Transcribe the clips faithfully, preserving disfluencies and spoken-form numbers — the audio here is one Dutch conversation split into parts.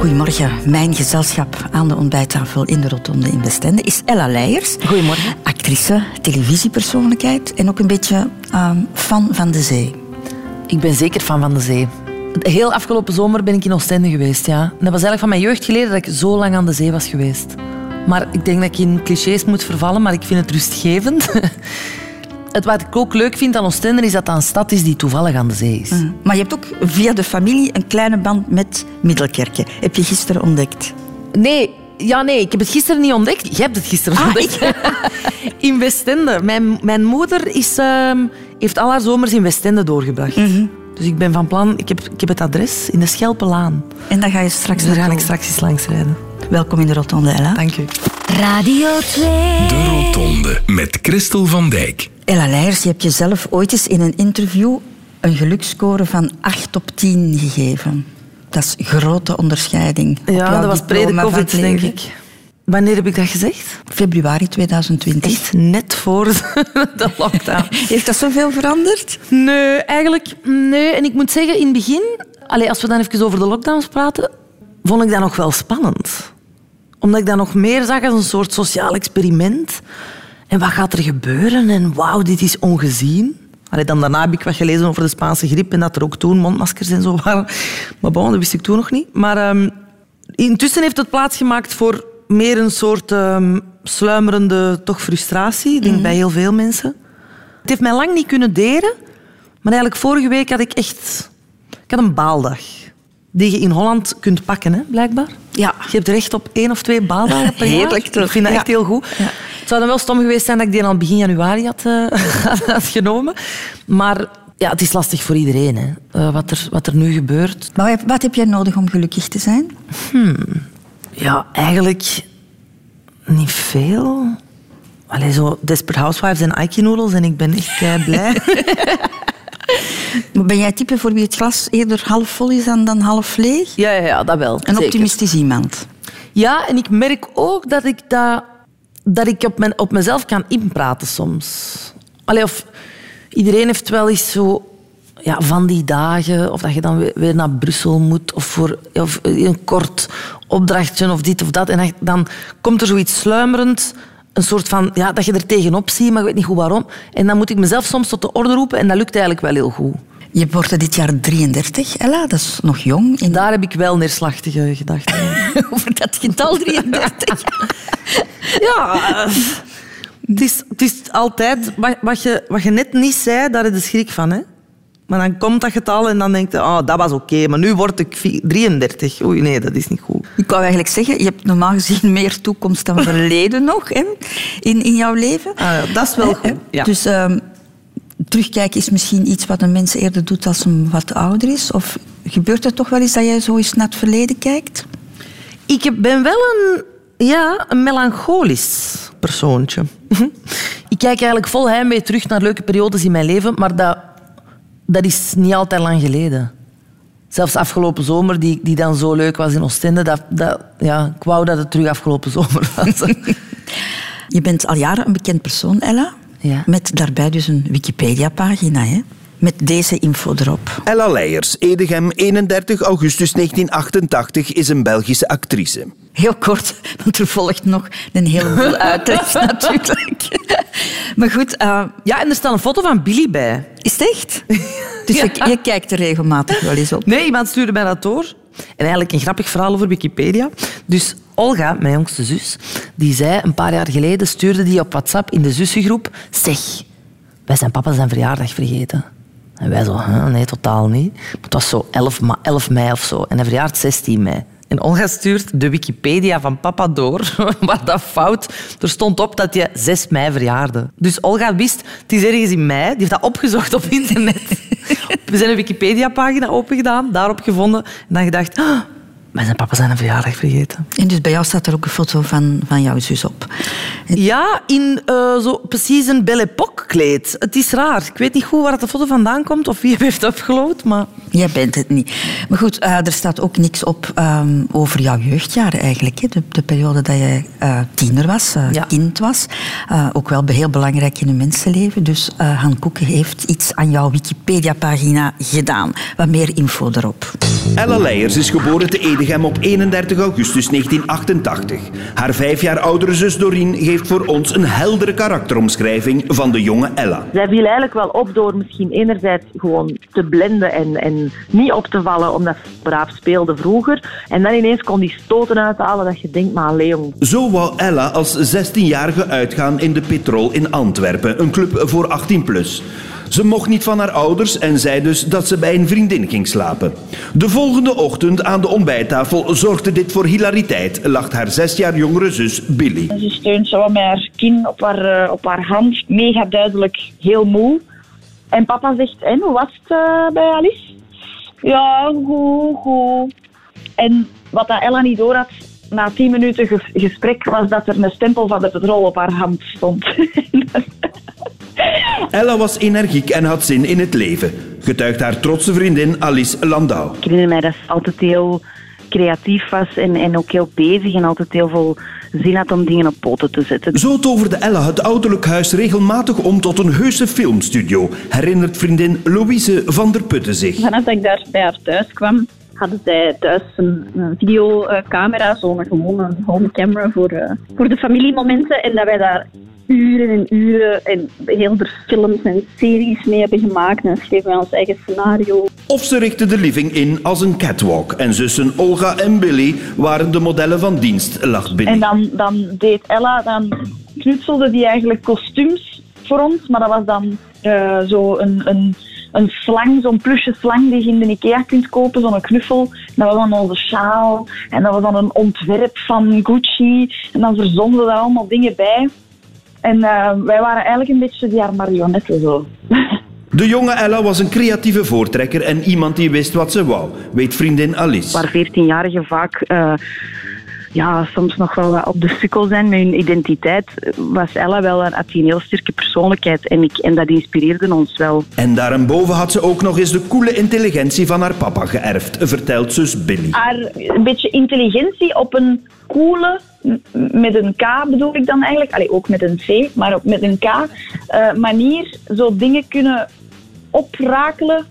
Goedemorgen. Mijn gezelschap aan de ontbijttafel in de Rotonde in Westende is Ella Leijers. Goedemorgen. Actrice, televisiepersoonlijkheid en ook een beetje uh, fan van de zee. Ik ben zeker fan van de zee. Heel afgelopen zomer ben ik in Oostende geweest, ja. En dat was eigenlijk van mijn jeugd geleden dat ik zo lang aan de zee was geweest. Maar ik denk dat ik in clichés moet vervallen, maar ik vind het rustgevend. Het wat ik ook leuk vind aan Oostende is dat dat een stad is die toevallig aan de zee is. Mm. Maar je hebt ook via de familie een kleine band met Middelkerke. Heb je gisteren ontdekt? Nee, ja, nee, ik heb het gisteren niet ontdekt. Jij hebt het gisteren ah, ontdekt. In Westende. Mijn, mijn moeder is, uh, heeft al haar zomers in Westende doorgebracht. Mm-hmm. Dus ik ben van plan, ik heb, ik heb het adres in de Schelpenlaan. En dan ga je straks dus daar ga ik straks eens langs rijden. Welkom in de Rotonde, Ella. Dank u. Radio twee. De Rotonde met Christel van Dijk. Ella Leijers, je hebt jezelf ooit eens in een interview een geluksscore van acht op tien gegeven. Dat is een grote onderscheiding. Ja, dat was pre-de-covid, denk ik. Wanneer heb ik dat gezegd? Februari tweeduizend twintig. Echt net voor de lockdown. Heeft dat zoveel veranderd? Nee, eigenlijk nee. En ik moet zeggen, in het begin, allez, als we dan even over de lockdowns praten, vond ik dat nog wel spannend. Omdat ik dat nog meer zag als een soort sociaal experiment. En wat gaat er gebeuren? En wauw, dit is ongezien. Allee, dan daarna heb ik wat gelezen over de Spaanse griep en dat er ook toen mondmaskers en zo waren. Maar bon, dat wist ik toen nog niet. Maar um, intussen heeft het plaatsgemaakt voor meer een soort um, sluimerende toch frustratie. Ik denk mm. bij heel veel mensen. Het heeft mij lang niet kunnen deren. Maar eigenlijk vorige week had ik echt... Ik had een baaldag. Die je in Holland kunt pakken, hè, blijkbaar. Ja. Je hebt recht op één of twee baaldagen per jaar. Heerlijk toch? Ik vind dat ja. echt heel goed. Ja. Het zou dan wel stom geweest zijn dat ik die al begin januari had, uh, had genomen. Maar ja, het is lastig voor iedereen, hè, uh, wat, er, wat er nu gebeurt. Maar wat heb jij nodig om gelukkig te zijn? Hmm. Ja, eigenlijk niet veel. Allee, zo Desperate Housewives en Aiki Noodles en ik ben echt kei blij. Ben jij het type voor wie het glas eerder half vol is dan, dan half leeg? Ja, ja, ja, dat wel. Een zeker. optimistisch iemand. Ja, en ik merk ook dat ik, dat, dat ik op, mijn, op mezelf kan inpraten soms. Allee, of iedereen heeft wel eens zo ja, van die dagen, of dat je dan weer, weer naar Brussel moet, of voor of een kort opdrachtje of dit of dat. En dan, dan komt er zoiets sluimerend. Een soort van, ja, dat je er tegenop ziet, maar ik weet niet goed waarom. En dan moet ik mezelf soms tot de orde roepen en dat lukt eigenlijk wel heel goed. Je wordt dit jaar drieëndertig, Ella, dat is nog jong. En daar heb ik wel neerslachtige gedachten over dat getal drieëndertig. Ja, het is, het is altijd wat, wat, je, wat je net niet zei, daar heb je schrik van, hè. Maar dan komt dat getal en dan denk je, oh, dat was oké, okay, maar nu word ik drieëndertig. Oei, nee, dat is niet goed. Ik wou eigenlijk zeggen, je hebt normaal gezien meer toekomst dan verleden nog hè, in, in jouw leven. Ah, ja, dat is wel goed. Ja. Dus um, terugkijken is misschien iets wat een mens eerder doet als een wat ouder is? Of gebeurt het toch wel eens dat jij zo eens naar het verleden kijkt? Ik ben wel een, ja, een melancholisch persoontje. Ik kijk eigenlijk vol heimwee terug naar leuke periodes in mijn leven, maar dat... Dat is niet altijd lang geleden. Zelfs afgelopen zomer, die, die dan zo leuk was in Oostende, dat, dat, ja, ik wou dat het terug afgelopen zomer was. Je bent al jaren een bekend persoon, Ella. Ja. Met daarbij dus een Wikipedia-pagina, hè? Met deze info erop. Ella Leijers, Edegem, eenendertig augustus negentien achtentachtig, is een Belgische actrice. Heel kort, want er volgt nog een heleboel uitleg natuurlijk. Maar goed... Uh, ja, en er staat een foto van Billy bij. Is het echt? Dus ja. je, je kijkt er regelmatig wel eens op. Nee, iemand stuurde mij dat door. En eigenlijk een grappig verhaal over Wikipedia. Dus Olga, mijn jongste zus, die zei een paar jaar geleden, stuurde die op WhatsApp in de zussengroep, zeg, wij zijn papa zijn verjaardag vergeten. En wij zo, huh? Nee, totaal niet. Het was zo elf mei of zo. En hij verjaart zestien mei. En Olga stuurt de Wikipedia van papa door, maar dat fout. Er stond op dat je zes mei verjaarde. Dus Olga wist, het is ergens in mei. Die heeft dat opgezocht op internet. We zijn een Wikipedia-pagina opengedaan, daarop gevonden. En dan gedacht, oh, wij zijn papa zijn verjaardag vergeten. En dus bij jou staat er ook een foto van, van jouw zus op? Ja, in uh, zo precies een Belle Époque kleed. Het is raar. Ik weet niet goed waar de foto vandaan komt of wie hem heeft opgeload, maar... Jij bent het niet. Maar goed, uh, er staat ook niks op um, over jouw jeugdjaren eigenlijk. Hè? De, de periode dat je uh, tiener was, uh, ja. kind was. Uh, ook wel heel belangrijk in een mensenleven. Dus uh, Han Koeken heeft iets aan jouw Wikipedia-pagina gedaan. Wat meer info erop. Ella Leijers is geboren te Edegem op eenendertig augustus negentien achtentachtig. Haar vijf jaar oudere zus Doreen geeft voor ons een heldere karakteromschrijving van de jonge Ella. Zij viel eigenlijk wel op door misschien enerzijds gewoon te blenden en, en niet op te vallen omdat ze braaf speelde vroeger. En dan ineens kon die stoten uithalen dat je denkt, maar Leon. Zo wou Ella als zestienjarige uitgaan in de Petrol in Antwerpen, een club voor achttien plus. Ze mocht niet van haar ouders en zei dus dat ze bij een vriendin ging slapen. De volgende ochtend aan de ontbijttafel zorgde dit voor hilariteit, lacht haar zes jaar jongere zus Billy. Ze steunt zo met haar kin op haar, op haar hand, mega duidelijk heel moe. En papa zegt, en hoe was het uh, bij Alice? Ja, goed, goed. En wat dat Ella niet door had, na tien minuten ges- gesprek, was dat er een stempel van de Petrol op haar hand stond. Ella was energiek en had zin in het leven, getuigt haar trotse vriendin Alice Landau. Ik herinner mij dat ze altijd heel creatief was en, en ook heel bezig en altijd heel veel zin had om dingen op poten te zetten. Zo toverde Ella het ouderlijk huis regelmatig om tot een heuse filmstudio, herinnert vriendin Louise van der Putten zich. Vanaf dat ik daar bij haar thuis kwam, hadden zij thuis een, een videocamera, zo'n gewone home camera voor, uh, voor de familiemomenten. En dat wij daar uren en uren en heel veel films en series mee hebben gemaakt. En schreven wij ons eigen scenario. Of ze richtte de living in als een catwalk. En zussen Olga en Billy waren de modellen van dienst, lacht Billy. En dan, dan deed Ella, dan knutselde die eigenlijk kostuums voor ons. Maar dat was dan uh, zo een... een Een slang, zo'n plusje slang die je in de Ikea kunt kopen, zo'n knuffel. Dat was dan onze sjaal. En dat was dan een ontwerp van Gucci. En dan verzonden we daar allemaal dingen bij. En uh, wij waren eigenlijk een beetje die haar marionetten zo. De jonge Ella was een creatieve voortrekker en iemand die wist wat ze wou, weet vriendin Alice. Waar veertienjarigen vaak... Uh, ja, soms nog wel wat op de sukkel zijn met hun identiteit, was Ella wel een, had die een heel sterke persoonlijkheid en, ik, en dat inspireerde ons wel. En daarboven had ze ook nog eens de coole intelligentie van haar papa geërfd, vertelt zus Billy. Haar een beetje intelligentie op een coole, met een K bedoel ik dan eigenlijk, allee, ook met een C, maar op, met een K, uh, manier zo dingen kunnen oprakelen.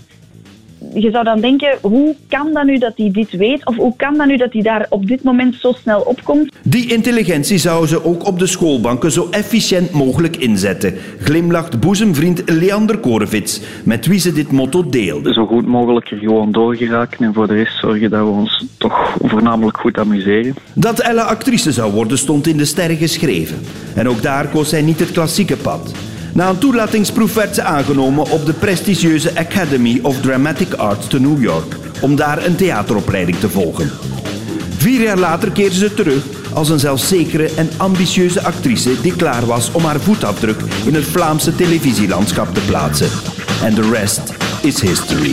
Je zou dan denken, hoe kan dat nu dat hij dit weet? Of hoe kan dat nu dat hij daar op dit moment zo snel opkomt? Die intelligentie zou ze ook op de schoolbanken zo efficiënt mogelijk inzetten, glimlacht boezemvriend Leander Korevits, met wie ze dit motto deelde. Zo goed mogelijk er gewoon doorgeraken en voor de rest zorgen dat we ons toch voornamelijk goed amuseren. Dat Ella actrice zou worden stond in de sterren geschreven. En ook daar koos zij niet het klassieke pad. Na een toelatingsproef werd ze aangenomen op de prestigieuze Academy of Dramatic Arts te New York, om daar een theateropleiding te volgen. Vier jaar later keerde ze terug als een zelfzekere en ambitieuze actrice die klaar was om haar voetafdruk in het Vlaamse televisielandschap te plaatsen. En de rest is history.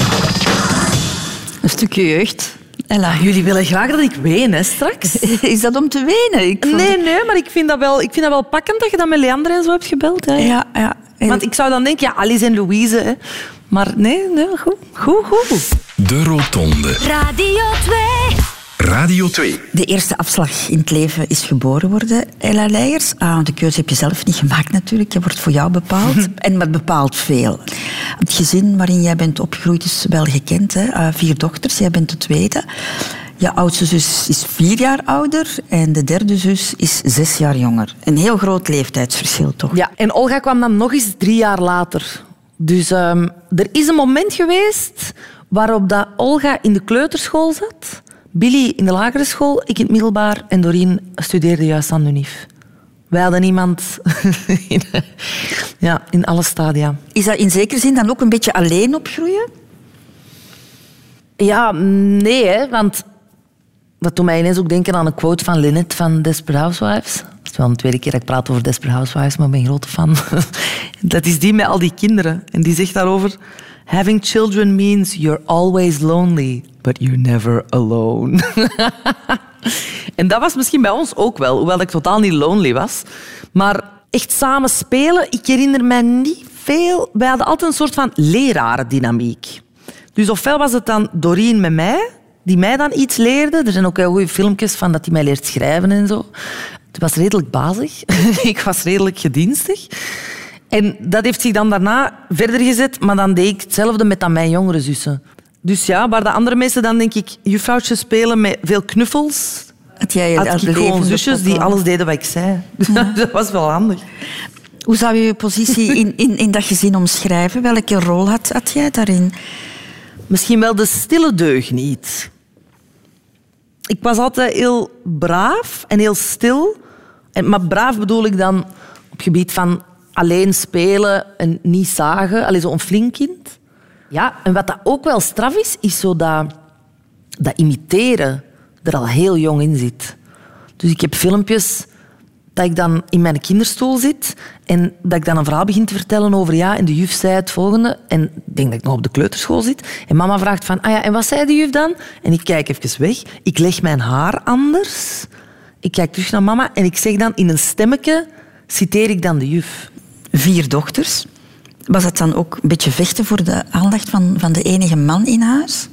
Een stukje jeugd. Ella. Jullie willen graag dat ik ween, hè, straks. Is dat om te wenen? Ik vond... Nee, nee, maar ik vind, dat wel, ik vind dat wel pakkend dat je dat met Leander en zo hebt gebeld. Hè. Ja, ja. Want ik zou dan denken, ja, Alice en Louise. Hè. Maar nee, nee, goed, goed, goed. De Rotonde. Radio twee. Radio twee. De eerste afslag in het leven is geboren worden, Ella Leijers. Ah, de keuze heb je zelf niet gemaakt natuurlijk. Dat wordt voor jou bepaald. En het bepaalt veel. Het gezin waarin jij bent opgegroeid is wel gekend. Hè? Uh, vier dochters, jij bent de tweede. Je oudste zus is vier jaar ouder en de derde zus is zes jaar jonger. Een heel groot leeftijdsverschil, toch? Ja, en Olga kwam dan nog eens drie jaar later. Dus um, er is een moment geweest waarop dat Olga in de kleuterschool zat, Billy in de lagere school, ik in het middelbaar en Doreen studeerde juist aan de UNIF. Wij hadden iemand in, ja, in alle stadia. Is dat in zekere zin dan ook een beetje alleen opgroeien? Ja, nee, hè, want dat doet mij ineens ook denken aan een quote van Lynette van Desperate Housewives. Het is wel een tweede keer dat ik praat over Desperate Housewives, maar ik ben een grote fan. Dat is die met al die kinderen. En die zegt daarover: having children means you're always lonely, but you're never alone. En dat was misschien bij ons ook wel, hoewel ik totaal niet lonely was. Maar echt samen spelen, ik herinner mij niet veel. Wij hadden altijd een soort van lerarendynamiek. Dus ofwel was het dan Doreen met mij, die mij dan iets leerde. Er zijn ook heel goede filmpjes van dat hij mij leert schrijven en zo. Het was redelijk bazig. Ik was redelijk gedienstig. En dat heeft zich dan daarna verder gezet, maar dan deed ik hetzelfde met dan mijn jongere zussen. Dus ja, waar de andere mensen dan, denk ik, juffrouwtje spelen met veel knuffels, had jij had had ik gewoon levende zusjes die poppen. alles deden wat ik zei. Ja. Dat was wel handig. Hoe zou je je positie in, in, in dat gezin omschrijven? Welke rol had, had jij daarin? Misschien wel de stille deugniet. Ik was altijd heel braaf en heel stil. En, maar braaf bedoel ik dan op het gebied van alleen spelen en niet zagen. Allee, zo'n flink kind. Ja, en wat dat ook wel straf is, is zo dat, dat imiteren er al heel jong in zit. Dus ik heb filmpjes dat ik dan in mijn kinderstoel zit en dat ik dan een verhaal begin te vertellen over ja, en de juf zei het volgende. En ik denk dat ik nog op de kleuterschool zit. En mama vraagt van, ah ja, en wat zei de juf dan? En ik kijk even weg. Ik leg mijn haar anders. Ik kijk terug naar mama en ik zeg dan in een stemmetje, citeer ik dan de juf. Vier dochters. Was dat dan ook een beetje vechten voor de aandacht van, van de enige man in huis?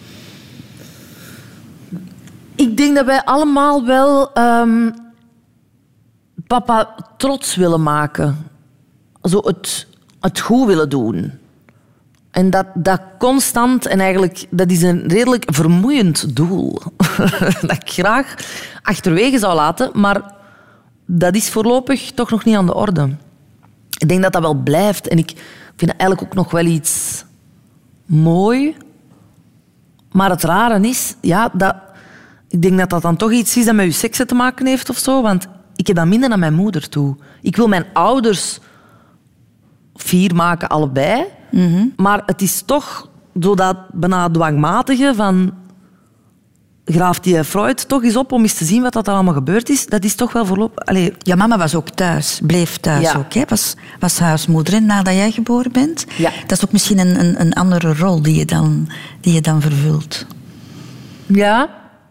Ik denk dat wij allemaal wel um, papa trots willen maken. Zo het, het goed willen doen. En dat, dat constant, en eigenlijk, dat is een redelijk vermoeiend doel. Dat ik graag achterwege zou laten, maar dat is voorlopig toch nog niet aan de orde. Ik denk dat dat wel blijft. En ik vind dat eigenlijk ook nog wel iets mooi. Maar het rare is, ja, dat, ik denk dat dat dan toch iets is dat met je seksen te maken heeft of zo. Want ik heb dat minder naar mijn moeder toe. Ik wil mijn ouders fier maken, allebei. Mm-hmm. Maar het is toch zo dat bijna dwangmatige van... graaft die Freud toch eens op om eens te zien wat dat er allemaal gebeurd is. Dat is toch wel voorlopig... Allee. Ja, mama was ook thuis. Bleef thuis Ja. ook. Hè? Was, was huismoeder hè, nadat jij geboren bent. Ja. Dat is ook misschien een, een, een andere rol die je, dan, die je dan vervult. Ja.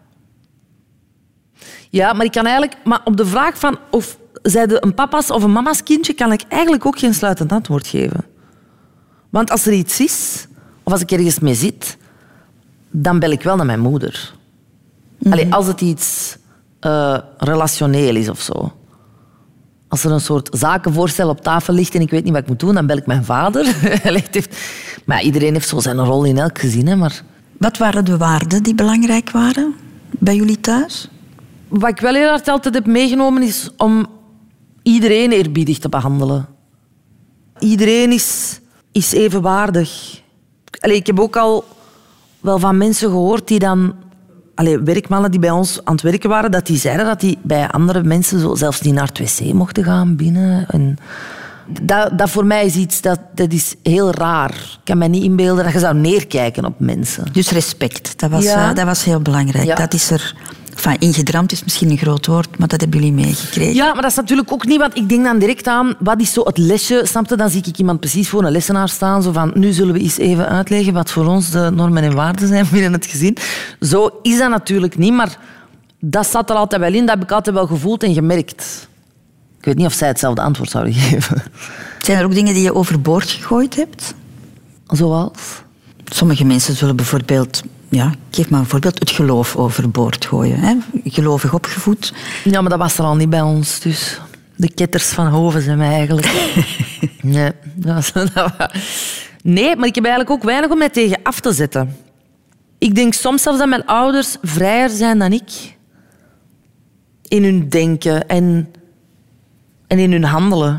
Ja, maar ik kan eigenlijk... Maar op de vraag van of zij de een papa's of een mama's kindje, kan ik eigenlijk ook geen sluitend antwoord geven. Want als er iets is, of als ik ergens mee zit, dan bel ik wel naar mijn moeder. Mm-hmm. Allee, als het iets uh, relationeel is of zo. Als er een soort zakenvoorstel op tafel ligt en ik weet niet wat ik moet doen, dan bel ik mijn vader. Maar ja, iedereen heeft zo zijn rol in elk gezin. Hè, maar... Wat waren de waarden die belangrijk waren bij jullie thuis? Wat ik wel heel hard altijd heb meegenomen is om iedereen eerbiedig te behandelen. Iedereen is, is evenwaardig. Allee, ik heb ook al wel van mensen gehoord die dan... Allee, werkmannen die bij ons aan het werken waren, dat die zeiden dat die bij andere mensen zo zelfs niet naar het wc mochten gaan binnen. En dat, dat voor mij is iets dat, dat is heel raar. Ik kan me niet inbeelden dat je zou neerkijken op mensen. Dus respect, dat was, Ja. uh, dat was heel belangrijk. Ja. Dat is er... Enfin, ingedramd is misschien een groot woord, maar dat hebben jullie meegekregen. Ja, maar dat is natuurlijk ook niet, want ik denk dan direct aan, wat is zo het lesje, snap je? Dan zie ik iemand precies voor een lessenaar staan, zo van, nu zullen we eens even uitleggen wat voor ons de normen en waarden zijn binnen het gezin. Zo is dat natuurlijk niet, maar dat zat er altijd wel in, dat heb ik altijd wel gevoeld en gemerkt. Ik weet niet of zij hetzelfde antwoord zouden geven. Zijn er ook dingen die je overboord gegooid hebt? Zoals? Sommige mensen zullen bijvoorbeeld... Ja, ik geef maar een voorbeeld. Het geloof overboord gooien. Hè? Gelovig opgevoed. Ja, maar dat was er al niet bij ons, dus... De ketters van Hoven zijn wij eigenlijk. Nee, dat was, dat was... nee, maar ik heb eigenlijk ook weinig om mij tegen af te zetten. Ik denk soms zelfs dat mijn ouders vrijer zijn dan ik. In hun denken en, en in hun handelen.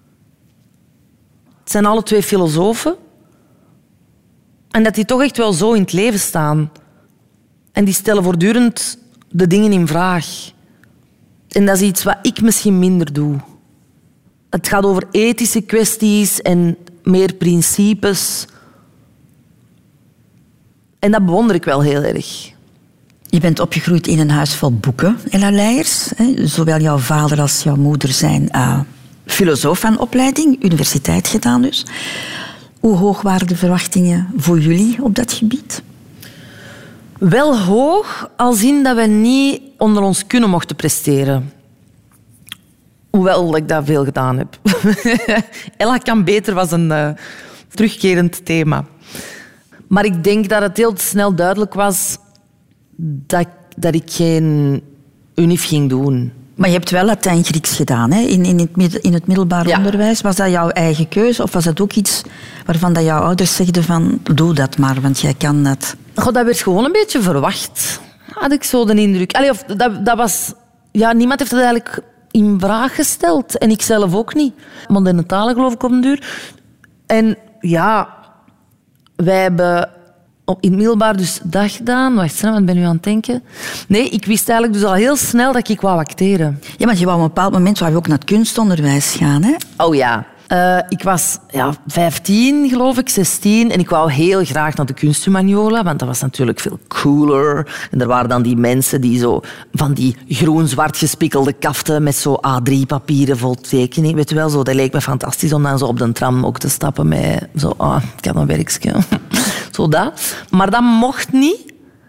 Het zijn alle twee filosofen. En dat die toch echt wel zo in het leven staan. En die stellen voortdurend de dingen in vraag. En dat is iets wat ik misschien minder doe. Het gaat over ethische kwesties en meer principes. En dat bewonder ik wel heel erg. Je bent opgegroeid in een huis vol boeken, Ella Leijers. Zowel jouw vader als jouw moeder zijn uh, filosoof van opleiding, universiteit gedaan dus. Hoe hoog waren de verwachtingen voor jullie op dat gebied? Wel hoog, als in dat we niet onder ons kunnen mochten presteren. Hoewel ik dat veel gedaan heb. Ella kan beter was een uh, terugkerend thema. Maar ik denk dat het heel snel duidelijk was dat, ik- dat ik geen unif ging doen. Maar je hebt wel Latijn-Grieks gedaan, hè? In, in, het, mid- in het middelbaar Ja. onderwijs. Was dat jouw eigen keuze of was dat ook iets waarvan dat jouw ouders zegden van doe dat maar, want jij kan dat? God, dat werd gewoon een beetje verwacht, had ik zo de indruk. Allee, of, dat, dat was... Ja, niemand heeft het eigenlijk in vraag gesteld. En ik zelf ook niet. Moderne talen, geloof ik, op den duur. En ja, wij hebben op, in het middelbaar dus dat gedaan. Wacht, snel, wat ben ik nu aan het denken? Nee, ik wist eigenlijk dus al heel snel dat ik wou acteren. Ja, want je wou op een bepaald moment wou je ook naar het kunstonderwijs gaan, hè? Oh ja. Eh, ik was ja, vijftien, geloof ik, zestien. En ik wou heel graag naar de kunsthumaniola, want dat was natuurlijk veel cooler. En er waren dan die mensen die zo van die groen-zwart gespikkelde kaften met zo A drie papieren vol tekening. Weet je wel, zo, dat leek me fantastisch om dan zo op de tram ook te stappen met zo, ah, ik heb een werkje. Zo dat. Maar dat mocht niet,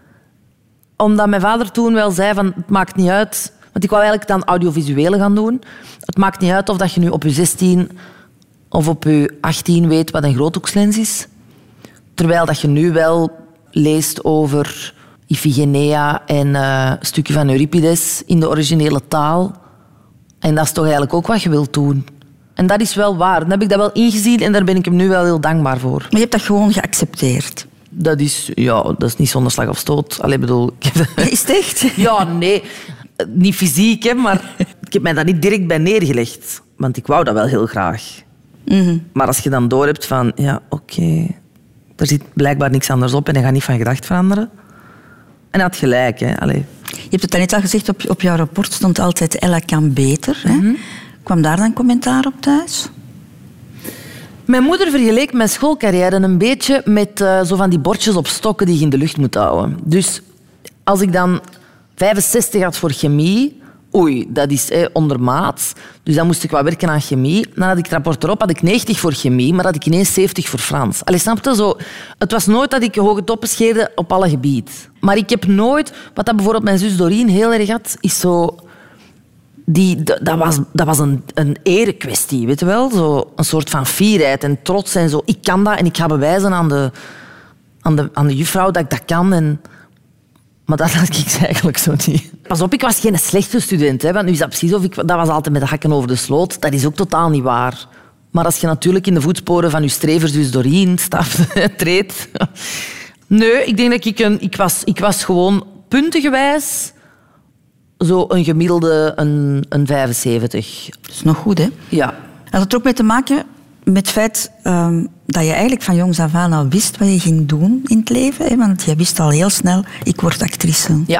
omdat mijn vader toen wel zei van, het maakt niet uit. Want ik wou eigenlijk dan audiovisuele gaan doen. Het maakt niet uit of dat je nu op je zestien of op je achttien weet wat een groothoekslens is. Terwijl dat je nu wel leest over Iphigenia en eh, een stukje van Euripides in de originele taal. En dat is toch eigenlijk ook wat je wilt doen. En dat is wel waar. Dan heb ik dat wel ingezien en daar ben ik hem nu wel heel dankbaar voor. Maar je hebt dat gewoon geaccepteerd. Dat is, ja, dat is niet zonder slag of stoot. Allee, bedoel, ik heb- Is het echt? Ja, nee. Niet fysiek, hè, maar ik heb mij daar niet direct bij neergelegd. Want ik wou dat wel heel graag. Mhm. Maar als je dan doorhebt van... Ja, oké. Er zit blijkbaar niks anders op en je gaat niet van gedacht veranderen. En hij had gelijk, hè. Allee. Je hebt het daarnet al gezegd, op, op jouw rapport stond altijd Ella kan beter. Hè? Mhm. Kwam daar dan commentaar op thuis? Mijn moeder vergeleek mijn schoolcarrière een beetje met eh, zo van die bordjes op stokken die je in de lucht moet houden. Dus als ik dan vijfenzestig had voor chemie... Oei, dat is eh, ondermaats. Dus dan moest ik wat werken aan chemie. Dan had ik het rapport erop, had ik negentig voor chemie, maar had ik ineens zeventig voor Frans. Allee, snap je? Zo, het was nooit dat ik hoge toppen scheerde op alle gebieden. Maar ik heb nooit... Wat dat bijvoorbeeld mijn zus Doreen heel erg had, is zo... Die, d- dat was, dat was een, een erekwestie, weet je wel? Zo een soort van fierheid en trots en zo. Ik kan dat en ik ga bewijzen aan de, aan de, aan de juffrouw dat ik dat kan. En... Maar dat had ik eigenlijk zo niet. Pas op, ik was geen slechte student. Hè, want nu is dat precies of ik... Dat was altijd met de hakken over de sloot. Dat is ook totaal niet waar. Maar als je natuurlijk in de voetsporen van je streverszus Doreen stapt, treedt... Nee, ik denk dat ik een... Ik was, ik was gewoon puntengewijs zo een gemiddelde een, een vijfenzeventig. Dat is nog goed, hè? Ja. Had het er ook mee te maken met het feit ehm, dat je eigenlijk van jongs af aan al wist wat je ging doen in het leven? Hè? Want je wist al heel snel, ik word actrice. Ja.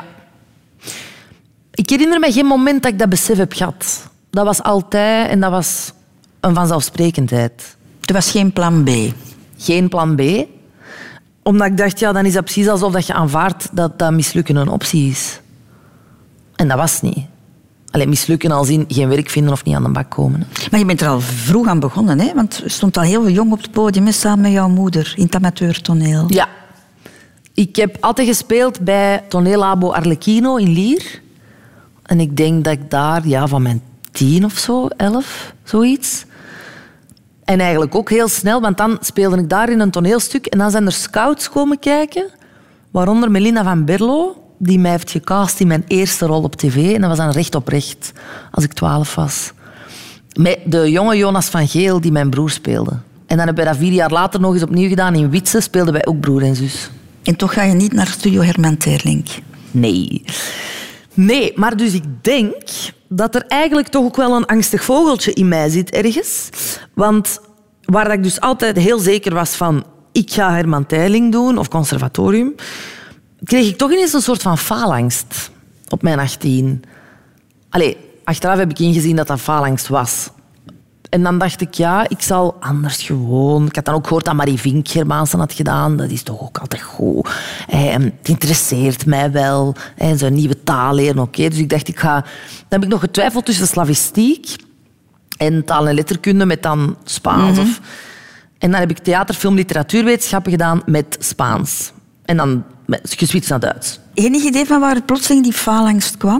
Ik herinner me geen moment dat ik dat besef heb gehad. Dat was altijd en dat was een vanzelfsprekendheid. Er was geen plan B. Geen plan B. Omdat ik dacht, ja, dan is dat precies alsof dat je aanvaardt dat dat mislukken een optie is. En dat was niet. Alleen mislukken als in geen werk vinden of niet aan de bak komen. Hè. Maar je bent er al vroeg aan begonnen, hè? Want je stond al heel veel jong op het podium, hè, samen met jouw moeder, in het amateurtoneel. Ja. Ik heb altijd gespeeld bij Toneellabo Arlecchino in Lier. En ik denk dat ik daar ja, van mijn tien of zo, elf, zoiets. En eigenlijk ook heel snel, want dan speelde ik daar in een toneelstuk en dan zijn er scouts komen kijken, waaronder Melina van Berlo, die mij heeft gecast in mijn eerste rol op tv. En dat was dan recht op recht, als ik twaalf was. Met de jonge Jonas van Geel, die mijn broer speelde. En dan hebben we dat vier jaar later nog eens opnieuw gedaan. In Witse speelden wij ook broer en zus. En toch ga je niet naar Studio Herman Terlink. Nee. Nee, maar dus ik denk dat er eigenlijk toch ook wel een angstig vogeltje in mij zit ergens. Want waar ik dus altijd heel zeker was van... ik ga Herman Terling doen, of conservatorium... kreeg ik toch ineens een soort van faalangst op mijn achttien. Allee, achteraf heb ik ingezien dat dat faalangst was. En dan dacht ik, ja, ik zal anders gewoon... Ik had dan ook gehoord dat Marie Vink Germaansen had gedaan. Dat is toch ook altijd goed. Eh, het interesseert mij wel. Eh, Zo'n nieuwe taal leren, oké. Dus ik dacht, ik ga... Dan heb ik nog getwijfeld tussen slavistiek en taal- en letterkunde met dan Spaans. Mm-hmm. Of... En dan heb ik theater, film, literatuurwetenschappen gedaan met Spaans. En dan geswitcht naar Duits. Enig idee van waar plotseling die faalangst kwam?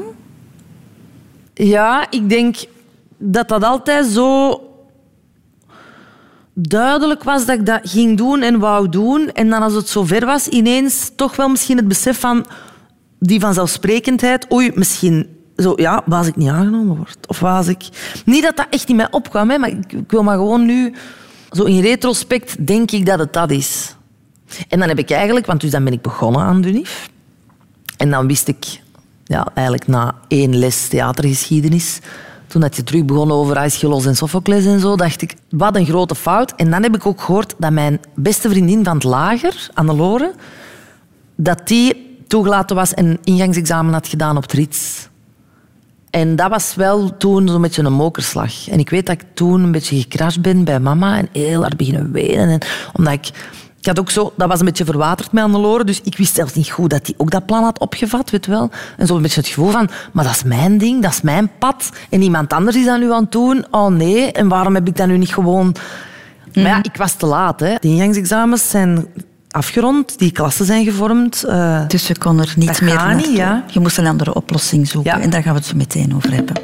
Ja, ik denk dat dat altijd zo... duidelijk was dat ik dat ging doen en wou doen. En dan als het zover was, ineens toch wel misschien het besef van die vanzelfsprekendheid. Oei, misschien zo, ja, was ik niet aangenomen word. Of was ik... Niet dat dat echt in mij opkwam, hè, maar ik, ik wil maar gewoon nu... Zo in retrospect denk ik dat het dat is. En dan heb ik eigenlijk... Want dus dan ben ik begonnen aan de UNIF. En dan wist ik... Ja, eigenlijk na één les theatergeschiedenis... Toen dat je terug begon over Aeschylus en Sophocles en zo, dacht ik, wat een grote fout. En dan heb ik ook gehoord dat mijn beste vriendin van het lager, Annelore, dat die toegelaten was en een ingangsexamen had gedaan op het Rits. En dat was wel toen zo'n beetje een mokerslag. En ik weet dat ik toen een beetje gecrashed ben bij mama en heel hard beginnen wenen. En omdat ik... Ik had ook zo, dat was een beetje verwaterd met Annelore, dus ik wist zelfs niet goed dat hij ook dat plan had opgevat, weet wel. En zo een beetje het gevoel van, maar dat is mijn ding, dat is mijn pad. En iemand anders is dat nu aan het doen. Oh nee, en waarom heb ik dat nu niet gewoon... Mm. Maar ja, ik was te laat. Hè. De ingangsexamens zijn afgerond, die klassen zijn gevormd. Uh, dus je kon er niet meer naartoe. Niet, ja. Je moest een andere oplossing zoeken. Ja. En daar gaan we het zo meteen over hebben.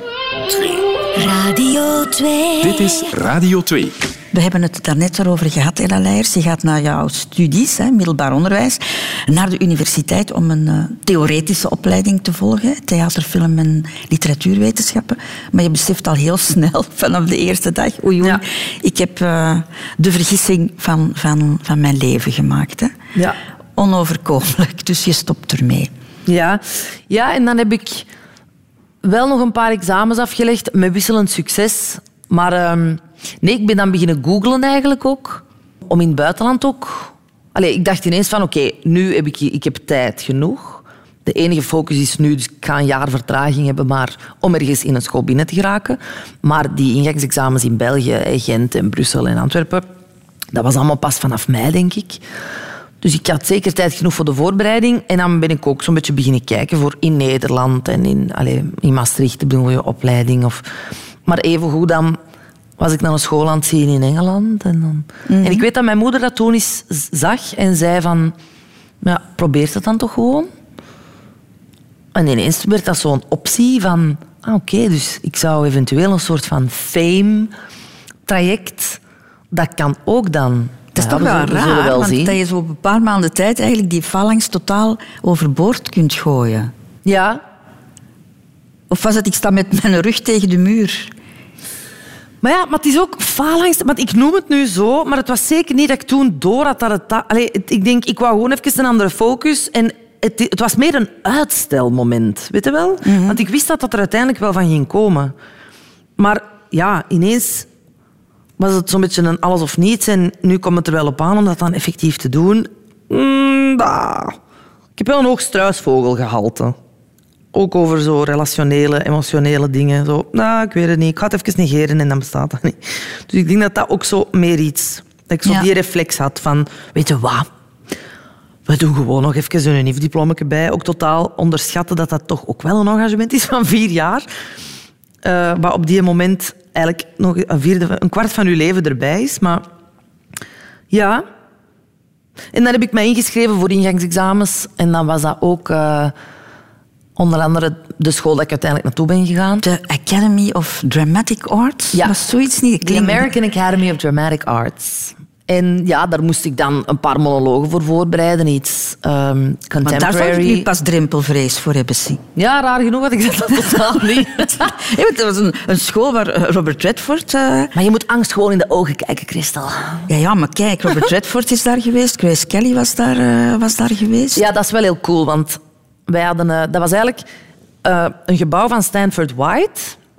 Radio twee. Dit is Radio twee. We hebben het daarnet erover gehad, Ella Leijers. Je gaat naar jouw studies, hè, middelbaar onderwijs, naar de universiteit om een uh, theoretische opleiding te volgen. Theater, film en literatuurwetenschappen. Maar je beseft al heel snel, vanaf de eerste dag, oei, oei, ja. ik heb uh, de vergissing van, van, van mijn leven gemaakt. Hè. Ja. Onoverkomelijk, dus je stopt ermee. Ja. ja, en dan heb ik wel nog een paar examens afgelegd met wisselend succes. Maar... Um, Nee, ik ben dan beginnen googlen eigenlijk ook. Om in het buitenland ook... Allee, ik dacht ineens van, oké, okay, nu heb ik, ik heb tijd genoeg. De enige focus is nu, dus ik ga een jaar vertraging hebben, maar om ergens in een school binnen te geraken. Maar die ingangsexamens in België, Gent en Brussel en Antwerpen, dat was allemaal pas vanaf mei, denk ik. Dus ik had zeker tijd genoeg voor de voorbereiding. En dan ben ik ook zo'n beetje beginnen kijken voor in Nederland en in, allee, in Maastricht, bedoel je, opleiding. Of... Maar evengoed dan... was ik naar een school aan het zien in Engeland. En, dan... mm-hmm. en ik weet dat mijn moeder dat toen eens zag en zei van... Ja, probeer het dan toch gewoon. En ineens werd dat zo'n optie van... Ah, oké, okay, dus ik zou eventueel een soort van fame-traject... Dat kan ook dan. Het is ja, toch wel raar, wel want zien. Dat je zo op een paar maanden tijd eigenlijk die phalanx totaal overboord kunt gooien. Ja. Of was het, ik sta met mijn rug tegen de muur... Maar ja, maar het is ook phalanx. Want ik noem het nu zo, maar het was zeker niet dat ik toen door had dat het... Ta- Allee, het ik denk, ik wou gewoon even een andere focus. En het, het was meer een uitstelmoment, weet je wel? Mm-hmm. Want ik wist dat dat er uiteindelijk wel van ging komen. Maar ja, ineens was het zo'n beetje een alles of niets. En nu komt het er wel op aan om dat dan effectief te doen. Mm, bah. Ik heb wel een hoog struisvogelgehalte. Ook over zo relationele, emotionele dingen. Zo, nou, ik weet het niet. Ik ga het even negeren en dan bestaat dat niet. Dus ik denk dat dat ook zo meer iets... Dat ik zo ja. die reflex had van... Weet je wat? We doen gewoon nog even een N I F-diploma bij. Ook totaal onderschatten dat dat toch ook wel een engagement is van vier jaar. Uh, maar op die moment eigenlijk nog een, vierde, een kwart van je leven erbij is. Maar ja... En dan heb ik mij ingeschreven voor ingangsexamens. En dan was dat ook... Uh, Onder andere de school dat ik uiteindelijk naartoe ben gegaan. De Academy of Dramatic Arts? Ja. Was zoiets niet? De American Academy of Dramatic Arts. En ja, daar moest ik dan een paar monologen voor voorbereiden. Iets um, contemporary. Maar daar zou ik nu pas drempelvrees voor hebben zien. Ja, raar genoeg had ik dat totaal niet. Ja, het was een, een school waar Robert Redford... Uh... Maar je moet angst gewoon in de ogen kijken, Christel. Ja, ja, maar kijk, Robert Redford is daar geweest. Grace Kelly was daar, uh, was daar geweest. Ja, dat is wel heel cool, want... Wij hadden, uh, dat was eigenlijk uh, een gebouw van Stanford White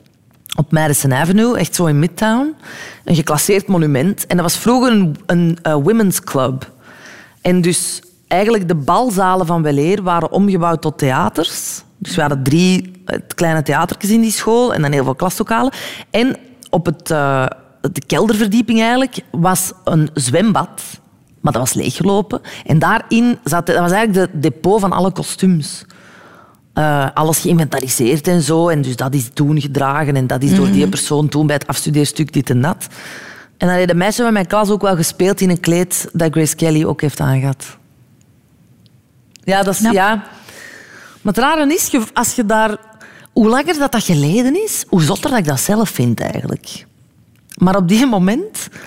op Madison Avenue, echt zo in Midtown. Een geclasseerd monument. En dat was vroeger een, een uh, women's club. En dus eigenlijk de balzalen van weleer waren omgebouwd tot theaters. Dus we hadden drie uh, kleine theatertjes in die school en dan heel veel klaslokalen. En op het, uh, de kelderverdieping eigenlijk was een zwembad. Maar dat was leeggelopen. En daarin zat... Dat was eigenlijk de depot van alle kostuums. Uh, alles geïnventariseerd en zo. En dus dat is toen gedragen. En dat is door die persoon toen bij het afstudeerstuk dit en dat. En dan hebben de meisjes van mijn klas ook wel gespeeld in een kleed dat Grace Kelly ook heeft aangehad. Ja, dat is... Ja. ja. Maar het rare is, als je daar... Hoe langer dat, dat geleden is, hoe zotter dat ik dat zelf vind eigenlijk. Maar op die moment...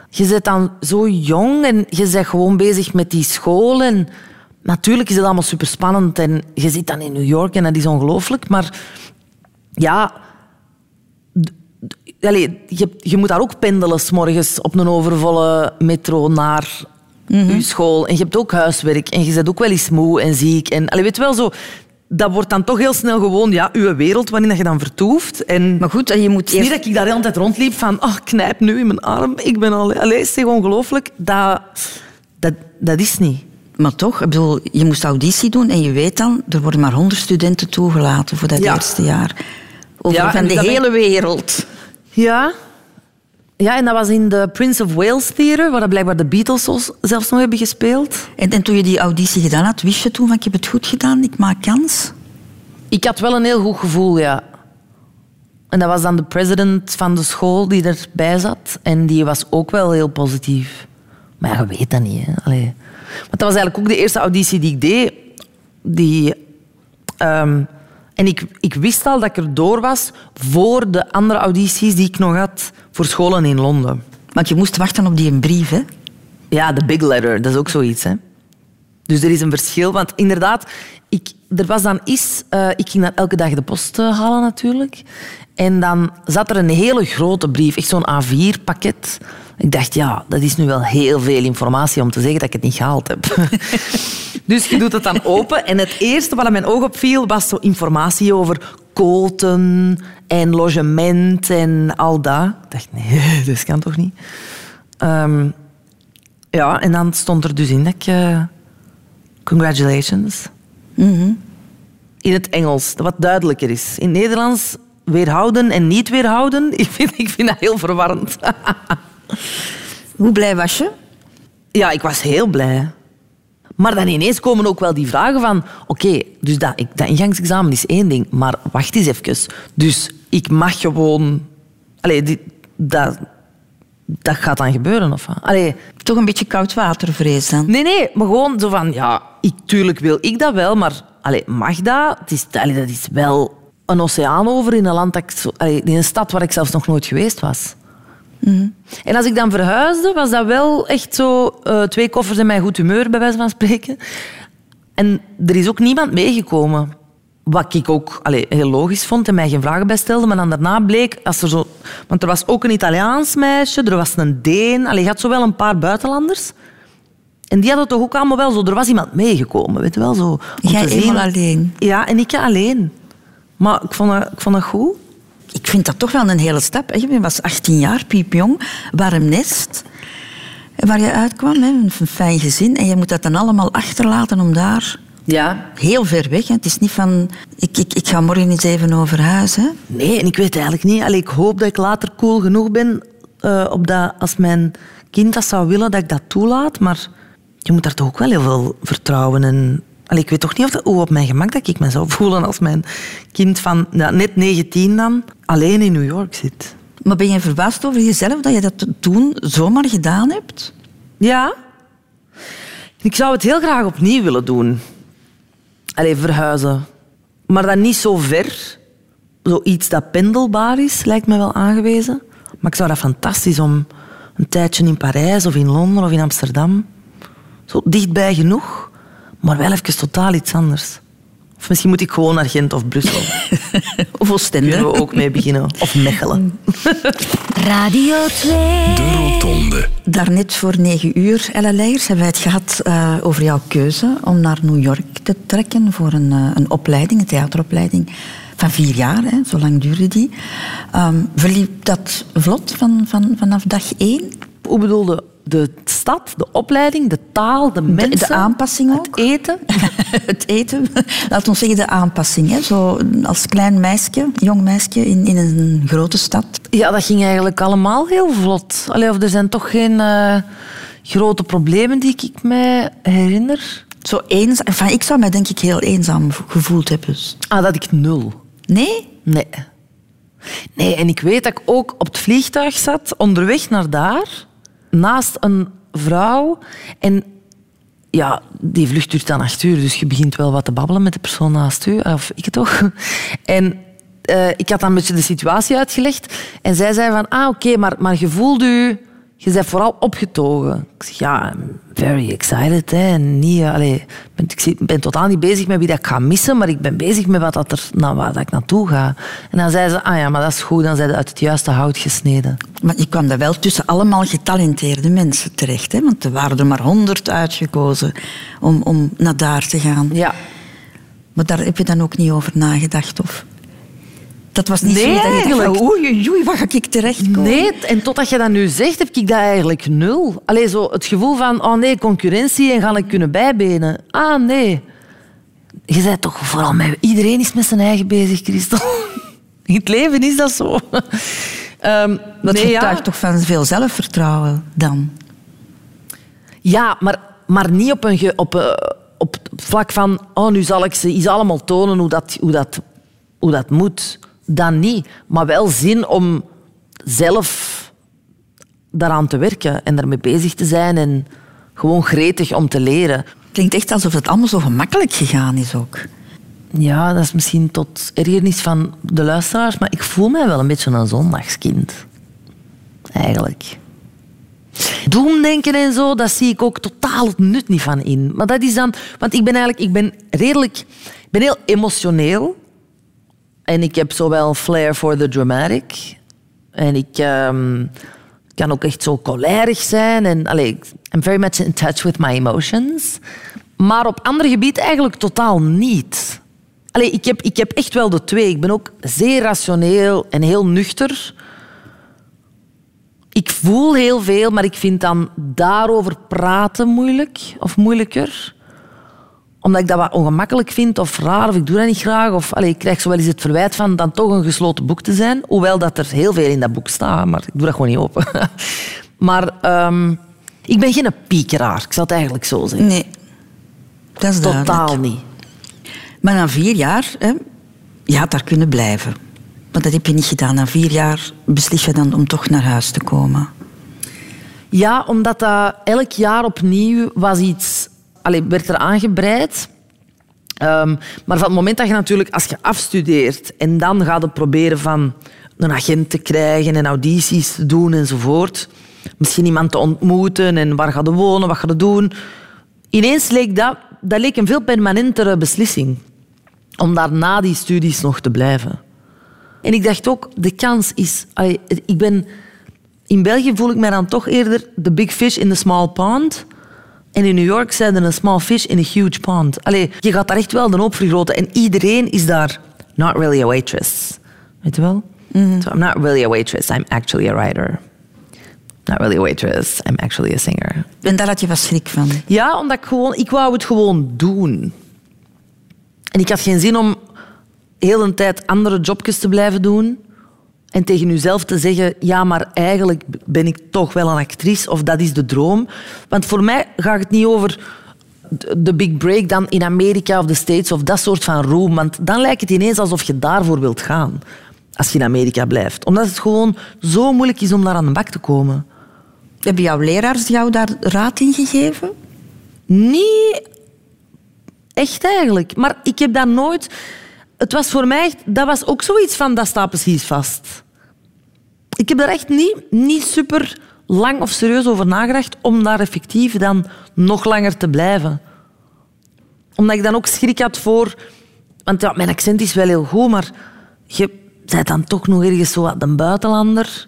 je bent dan zo jong en je bent gewoon bezig met die school. En natuurlijk is het allemaal superspannend en je zit dan in New York en dat is ongelooflijk. Maar ja, d- d- allee, je, je moet daar ook pendelen 's morgens op een overvolle metro naar mm-hmm. je school. En je hebt ook huiswerk en je bent ook wel eens moe en ziek. En allee, weet je wel zo... Dat wordt dan toch heel snel gewoon ja, uw wereld waarin je dan vertoeft. En Maar goed, en je moet het is eerst... niet dat ik daar de hele tijd rondliep van oh, knijp nu in mijn arm. Ik ben al... Allee, is het ongelooflijk? Dat, dat, dat is niet. Maar toch, ik bedoel, je moest auditie doen en je weet dan, er worden maar honderd studenten toegelaten voor dat Ja. eerste jaar. Over Ja, van en de dat ben- hele wereld. Ja. Ja, en dat was in de Prince of Wales Theatre, waar dat blijkbaar de Beatles zelfs- zelfs nog hebben gespeeld. En, en toen je die auditie gedaan had, wist je toen van ik heb het goed gedaan, ik maak kans? Ik had wel een heel goed gevoel, ja. En dat was dan de president van de school die erbij zat. En die was ook wel heel positief. Maar ja, je weet dat niet, hè. Allee. Want dat was eigenlijk ook de eerste auditie die ik deed. Die, ehm, en ik, ik wist al dat ik er door was voor de andere audities die ik nog had voor scholen in Londen. Want je moest wachten op die brief, hè? Ja, de big letter, dat is ook zoiets, hè. Dus er is een verschil. Want inderdaad, ik, er was dan eens... Uh, ik ging dan elke dag de post uh, halen, natuurlijk. En dan zat er een hele grote brief, echt zo'n A vier pakket. Ik dacht, ja, dat is nu wel heel veel informatie om te zeggen dat ik het niet gehaald heb. Dus je doet het dan open. En het eerste wat aan mijn oog opviel, was zo informatie over koten en logement en al dat. Ik dacht, nee, dat kan toch niet? Um, ja, en dan stond er dus in dat ik... Uh, congratulations. Mm-hmm. In het Engels, dat wat duidelijker is. In het Nederlands weerhouden en niet weerhouden. Ik vind, ik vind dat heel verwarrend. Hoe blij was je? Ja, ik was heel blij. Maar dan ineens komen ook wel die vragen van... Oké, okay, dus dat, ik, dat ingangsexamen is één ding, maar wacht eens even. Dus ik mag gewoon... Allee, die, dat, dat gaat dan gebeuren, of wat? Allee, toch een beetje koudwatervrees dan? Nee, nee, maar gewoon zo van... Ja, ik, tuurlijk wil ik dat wel, maar allee, mag dat? Het is, allee, dat is wel een oceaan over in een land dat ik zo, allee, in een stad waar ik zelfs nog nooit geweest was. Mm-hmm. En als ik dan verhuisde, was dat wel echt zo... Uh, twee koffers en mijn goed humeur, bij wijze van spreken. En er is ook niemand meegekomen. Wat ik ook allee, heel logisch vond en mij geen vragen bij stelde. Maar dan daarna bleek... Als er zo, want er was ook een Italiaans meisje, er was een Deen. Allee, je had zo wel een paar buitenlanders. En die hadden toch ook allemaal wel zo... Er was iemand meegekomen, weet je wel. Zo, om Jij te zien. eenmaal alleen? Ja, en ik alleen. Maar ik vond dat, ik vond dat goed. Ik vind dat toch wel een hele stap. Je was achttien jaar, piepjong, warm nest. Waar je uitkwam, een fijn gezin. En je moet dat dan allemaal achterlaten om daar... Ja. Heel ver weg. Hè. Het is niet van... Ik, ik, ik ga morgen eens even over huis. Hè. Nee, en ik weet eigenlijk niet. Allee, ik hoop dat ik later cool genoeg ben... Uh, op dat, als mijn kind dat zou willen, dat ik dat toelaat. Maar je moet daar toch ook wel heel veel vertrouwen in... Allee, ik weet toch niet of dat, hoe op mijn gemak dat ik me zou voelen als mijn kind van ja, net negentien dan alleen in New York zit. Maar ben je verbaasd over jezelf dat je dat toen zomaar gedaan hebt? Ja. Ik zou het heel graag opnieuw willen doen. Allee, verhuizen. Maar dan niet zo ver. Zoiets dat pendelbaar is, lijkt me wel aangewezen. Maar ik zou dat fantastisch om een tijdje in Parijs of in Londen of in Amsterdam. Zo dichtbij genoeg. Maar wel even totaal iets anders. Of misschien moet ik gewoon naar Gent of Brussel. Of Oostende. Daar kunnen we ook mee beginnen. Of Mechelen. Radio twee. De Rotonde. Daarnet voor negen uur, Ella Leijers, hebben wij het gehad uh, over jouw keuze om naar New York te trekken voor een, uh, een opleiding, een theateropleiding van vier jaar. Hè, zo lang duurde die. Um, verliep dat vlot van, van, vanaf dag één? Hoe bedoelde de stad, de opleiding, de taal, de mensen? De, de aanpassing ook. Het eten? Het eten. Laat ons zeggen de aanpassing. Hè. Zo als klein meisje, jong meisje in, in een grote stad. Ja, dat ging eigenlijk allemaal heel vlot. Allee, of er zijn toch geen uh, grote problemen die ik mij herinner. Zo eenzaam. Enfin, ik zou mij denk ik heel eenzaam gevoeld hebben. Ah, dat ik nul. Nee? Nee. Nee, en ik weet dat ik ook op het vliegtuig zat, onderweg naar daar, naast een vrouw. En ja, die vlucht duurt dan acht uur, dus je begint wel wat te babbelen met de persoon naast u. Of ik toch. En uh, ik had dan een beetje de situatie uitgelegd. En zij zei van, ah, oké, okay, maar, maar je voelt u Je bent vooral opgetogen. Ik zeg, ja, I'm very excited. Hè. Niet, allee, ben, ik ben totaal niet bezig met wie dat ik ga missen, maar ik ben bezig met wat dat er, nou, waar dat ik naartoe ga. En dan zei ze, ah ja, maar dat is goed, dan zijn ze uit het juiste hout gesneden. Maar je kwam daar wel tussen allemaal getalenteerde mensen terecht, hè? Want er waren er maar honderd uitgekozen om, om naar daar te gaan. Ja. Maar daar heb je dan ook niet over nagedacht, of... Dat was niet Nee, zo dat je dacht, eigenlijk. oei, oei, oei, waar ga ik terechtkomen? Nee, en totdat je dat nu zegt, heb ik dat eigenlijk nul. Allee, zo het gevoel van, oh nee, concurrentie en ga ik kunnen bijbenen. Ah, nee. Je zei toch vooral met... Iedereen is met zijn eigen bezig, Christel. In het leven is dat zo. Um, Dat nee, getuigt ja. toch van veel zelfvertrouwen dan? Ja, maar, maar niet op, een ge, op, uh, op het vlak van... Oh, nu zal ik ze eens allemaal tonen hoe dat, hoe dat, hoe dat moet. Dat niet. Maar wel zin om zelf daaraan te werken en ermee bezig te zijn en gewoon gretig om te leren. Klinkt echt alsof het allemaal zo gemakkelijk gegaan is ook. Ja, dat is misschien tot ergernis van de luisteraars, maar ik voel mij wel een beetje een zondagskind. Eigenlijk. Doemdenken en zo, dat zie ik ook totaal het nut niet van in. Maar dat is dan... Want ik ben eigenlijk... Ik ben redelijk... Ik ben heel emotioneel. En ik heb zowel flair for the dramatic. En ik um, kan ook echt zo cholerig zijn. En, allee, I'm very much in touch with my emotions. Maar op andere gebieden eigenlijk totaal niet. Allee, ik, heb, ik heb echt wel de twee. Ik ben ook zeer rationeel en heel nuchter. Ik voel heel veel, maar ik vind dan daarover praten moeilijk of moeilijker. Omdat ik dat wat ongemakkelijk vind of raar, of ik doe dat niet graag. Of, allez, ik krijg zo wel eens het verwijt van dan toch een gesloten boek te zijn. Hoewel dat er heel veel in dat boek staat, maar ik doe dat gewoon niet open. Maar um, ik ben geen piekeraar, ik zal het eigenlijk zo zeggen. Nee, dat is duidelijk. Totaal niet. Maar na vier jaar, hè, je had daar kunnen blijven. Maar dat heb je niet gedaan. Na vier jaar beslis je dan om toch naar huis te komen. Ja, omdat dat elk jaar opnieuw was iets... Allee, werd er aangebreid. Um, maar van het moment dat je natuurlijk, als je afstudeert en dan gaat het proberen van een agent te krijgen en audities te doen enzovoort, misschien iemand te ontmoeten en waar ga je wonen, wat ga je doen. Ineens leek dat, dat leek een veel permanentere beslissing om daar na die studies nog te blijven. En ik dacht ook, de kans is... Allee, ik ben, in België voel ik mij dan toch eerder the big fish in the small pond. En in New York zijn er een small fish in a huge pond. Allee, je gaat daar echt wel de hoop vergroten. En iedereen is daar not really a waitress. Weet je wel? Mm-hmm. So I'm not really a waitress, I'm actually a writer. Not really a waitress, I'm actually a singer. En daar had je wat schrik van? Ja, omdat ik gewoon... Ik wou het gewoon doen. En ik had geen zin om heel een tijd andere jobjes te blijven doen en tegen jezelf te zeggen, ja, maar eigenlijk ben ik toch wel een actrice of dat is de droom. Want voor mij gaat het niet over de big break dan in Amerika of de States of dat soort van roem. Want dan lijkt het ineens alsof je daarvoor wilt gaan als je in Amerika blijft. Omdat het gewoon zo moeilijk is om daar aan de bak te komen. Hebben jouw leraars jou daar raad in gegeven? Niet echt eigenlijk. Maar ik heb dat nooit... Het was voor mij... Dat was ook zoiets van, dat staat precies vast. Ik heb daar echt niet, niet super lang of serieus over nagedacht om daar effectief dan nog langer te blijven. Omdat ik dan ook schrik had voor... Want ja, mijn accent is wel heel goed, maar je bent dan toch nog ergens zo wat een buitenlander.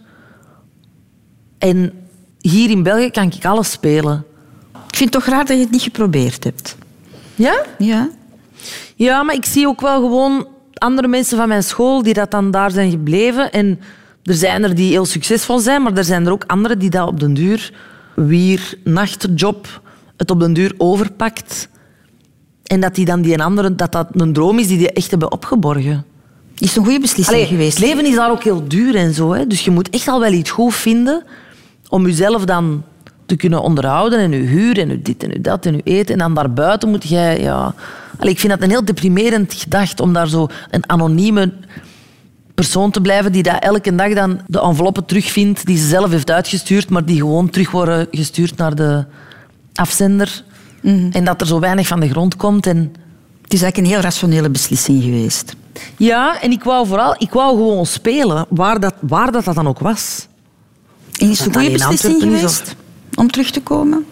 En hier in België kan ik alles spelen. Ik vind het toch raar dat je het niet geprobeerd hebt. Ja? Ja. Ja, maar ik zie ook wel gewoon andere mensen van mijn school die dat dan daar zijn gebleven. En er zijn er die heel succesvol zijn, maar er zijn er ook anderen die dat op den duur, wier nachtjob, het op den duur overpakt. En dat die dan die een andere, dat dat een droom is die die echt hebben opgeborgen. Is een goede beslissing Allee, geweest. Het leven is daar ook heel duur en zo. Hè? Dus je moet echt al wel iets goed vinden om jezelf dan te kunnen onderhouden en je huur en je dit en je dat en je eten. En dan daarbuiten moet jij... Ja... Allee, ik vind dat een heel deprimerend gedacht om daar zo een anonieme persoon te blijven die dat elke dag dan de enveloppen terugvindt die ze zelf heeft uitgestuurd, maar die gewoon terug worden gestuurd naar de afzender. Mm-hmm. En dat er zo weinig van de grond komt. En... Het is eigenlijk een heel rationele beslissing geweest. Ja, en ik wou vooral ik wou gewoon spelen, waar dat, waar dat, dat dan ook was. En is het een dat goede dan in beslissing Antwerpen is, geweest om terug te komen?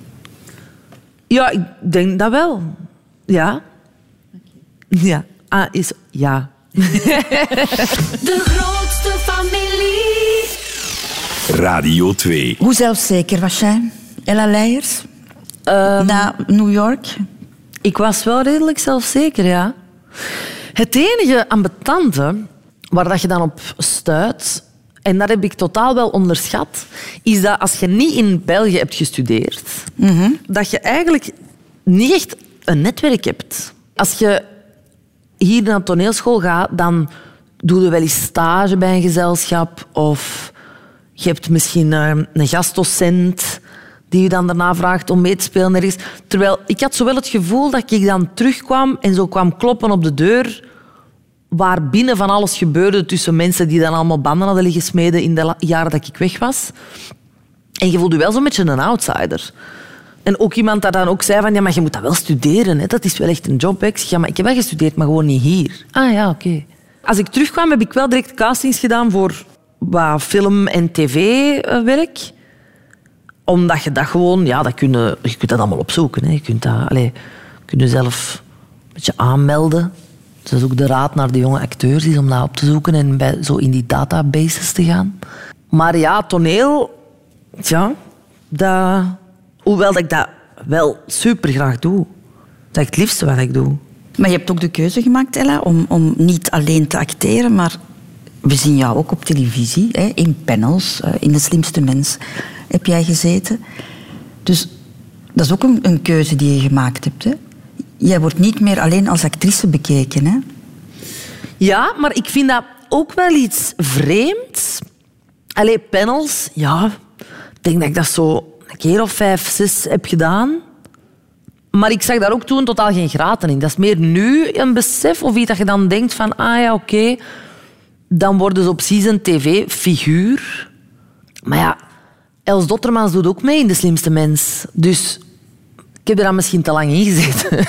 Ja, ik denk dat wel. Ja. Ja. Ah, is... Ja. De grootste familie. Radio twee. Hoe zelfzeker was jij, Ella Leijers? Um, Na New York? Ik was wel redelijk zelfzeker, ja. Het enige ambetante waar dat je dan op stuit, en dat heb ik totaal wel onderschat, is dat als je niet in België hebt gestudeerd, mm-hmm. dat je eigenlijk niet echt een netwerk hebt. Als je hier naar de toneelschool gaat, dan doe je wel eens stage bij een gezelschap of je hebt misschien een gastdocent die je dan daarna vraagt om mee te spelen ergens. Terwijl ik had zo wel het gevoel dat ik dan terugkwam en zo kwam kloppen op de deur waar binnen van alles gebeurde tussen mensen die dan allemaal banden hadden liggen smeden in de jaren dat ik weg was. En je voelde wel zo'n beetje een outsider. En ook iemand dat dan ook zei van, ja, maar je moet dat wel studeren. Hè? Dat is wel echt een job. Hè? Ik zeg, ja, maar ik heb wel gestudeerd, maar gewoon niet hier. Ah ja, oké. Okay. Als ik terugkwam, heb ik wel direct castings gedaan voor wat film- en tv-werk. Omdat je dat gewoon... Ja, dat kun je, je kunt dat allemaal opzoeken. Hè? Je kunt dat allez, kun je zelf een beetje aanmelden. Dat is ook de raad naar de jonge acteurs is om dat op te zoeken en bij, zo in die databases te gaan. Maar ja, toneel... Ja, dat... Hoewel dat ik dat wel super graag doe. Dat is het liefste wat ik doe. Maar je hebt ook de keuze gemaakt, Ella, om, om niet alleen te acteren, maar we zien jou ook op televisie, hè, in panels, in De Slimste Mens heb jij gezeten. Dus dat is ook een, een keuze die je gemaakt hebt. Hè. Jij wordt niet meer alleen als actrice bekeken. Hè? Ja, maar ik vind dat ook wel iets vreemds. Allee, panels, ja. Ik denk dat ik dat zo een keer of vijf, zes heb gedaan. Maar ik zag daar ook toen totaal geen graten in. Dat is meer nu een besef of iets dat je dan denkt van... Ah ja, oké, okay, dan worden ze op season tv figuur. Maar ja, Els Dottermans doet ook mee in De Slimste Mens. Dus ik heb er dan misschien te lang in gezeten.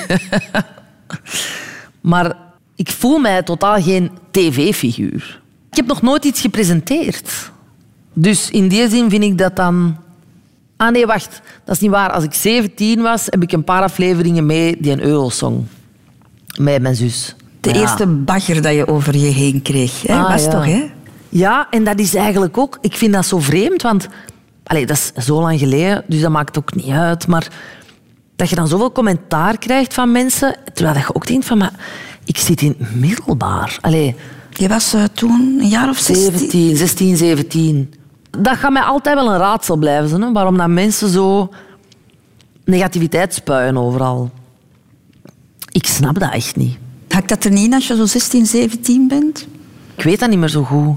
Maar ik voel mij totaal geen tv-figuur. Ik heb nog nooit iets gepresenteerd. Dus in die zin vind ik dat dan... Ah nee, wacht. Dat is niet waar. Als ik zeventien was, heb ik een paar afleveringen mee die een Eurosong. Met mijn zus. De ja. eerste bagger dat je over je heen kreeg. Hè? Ah, was ja. toch, hè? Ja, en dat is eigenlijk ook... Ik vind dat zo vreemd, want... Allee, dat is zo lang geleden, dus dat maakt ook niet uit. Maar dat je dan zoveel commentaar krijgt van mensen, terwijl je ook denkt van... Maar ik zit in middelbaar. Allee, je was uh, toen een jaar of zestien? zestien, zeventien. Dat gaat mij altijd wel een raadsel blijven. Hè? Waarom dat mensen zo negativiteit spuien overal. Ik snap dat echt niet. Hakt dat er niet in als je zo zestien, zeventien bent? Ik weet dat niet meer zo goed.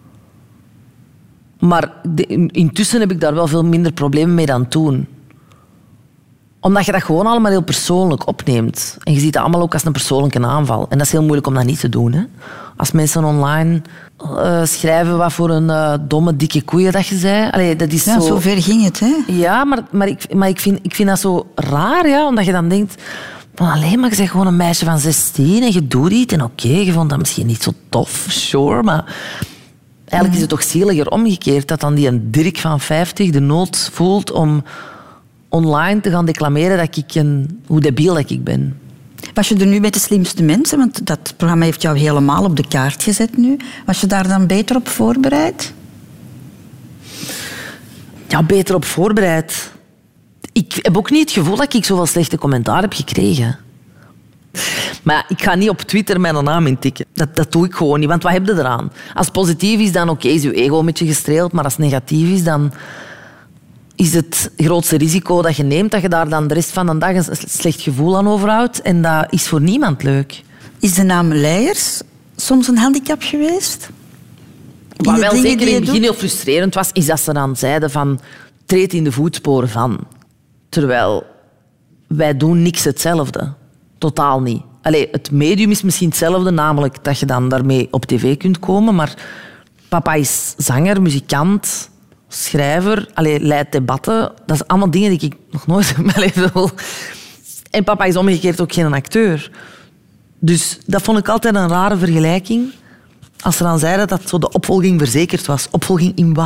Maar de, intussen heb ik daar wel veel minder problemen mee dan toen. Omdat je dat gewoon allemaal heel persoonlijk opneemt. En je ziet dat allemaal ook als een persoonlijke aanval. En dat is heel moeilijk om dat niet te doen. Hè? Als mensen online uh, schrijven wat voor een uh, domme, dikke koeien dat je zei. Allee, dat is ja, zo... zo ver ging het, hè? Ja, maar, maar, ik, maar ik, vind, ik vind dat zo raar, ja, omdat je dan denkt... Alleen maar je bent gewoon een meisje van zestien en je doet iets. En oké, okay, je vond dat misschien niet zo tof, sure, maar... Eigenlijk is het toch zieliger omgekeerd dat dan die een Dirk van vijftig de nood voelt om online te gaan declameren dat ik een, hoe debiel dat ik ben. Was je er nu met De Slimste Mensen? Want dat programma heeft jou helemaal op de kaart gezet nu. Was je daar dan beter op voorbereid? Ja, beter op voorbereid. Ik heb ook niet het gevoel dat ik zoveel slechte commentaar heb gekregen. Maar ja, ik ga niet op Twitter mijn naam intikken. Dat, dat doe ik gewoon niet, want wat heb je eraan? Als het positief is, dan oké, okay, is je ego een beetje gestreeld. Maar als het negatief is, dan is het grootste risico dat je neemt dat je daar dan de rest van de dag een slecht gevoel aan overhoudt. En dat is voor niemand leuk. Is de naam Leijers soms een handicap geweest? Wat wel zeker in het begin heel frustrerend was, is dat ze dan zeiden van... treed in de voetsporen van. Terwijl wij doen niks hetzelfde. Totaal niet. Allee, het medium is misschien hetzelfde, namelijk dat je dan daarmee op tv kunt komen, maar papa is zanger, muzikant, schrijver, allee, leidt debatten. Dat zijn allemaal dingen die ik nog nooit in mijn leven wil. En papa is omgekeerd ook geen acteur. Dus dat vond ik altijd een rare vergelijking. Als ze dan zeiden dat zo de opvolging verzekerd was. Opvolging in wat?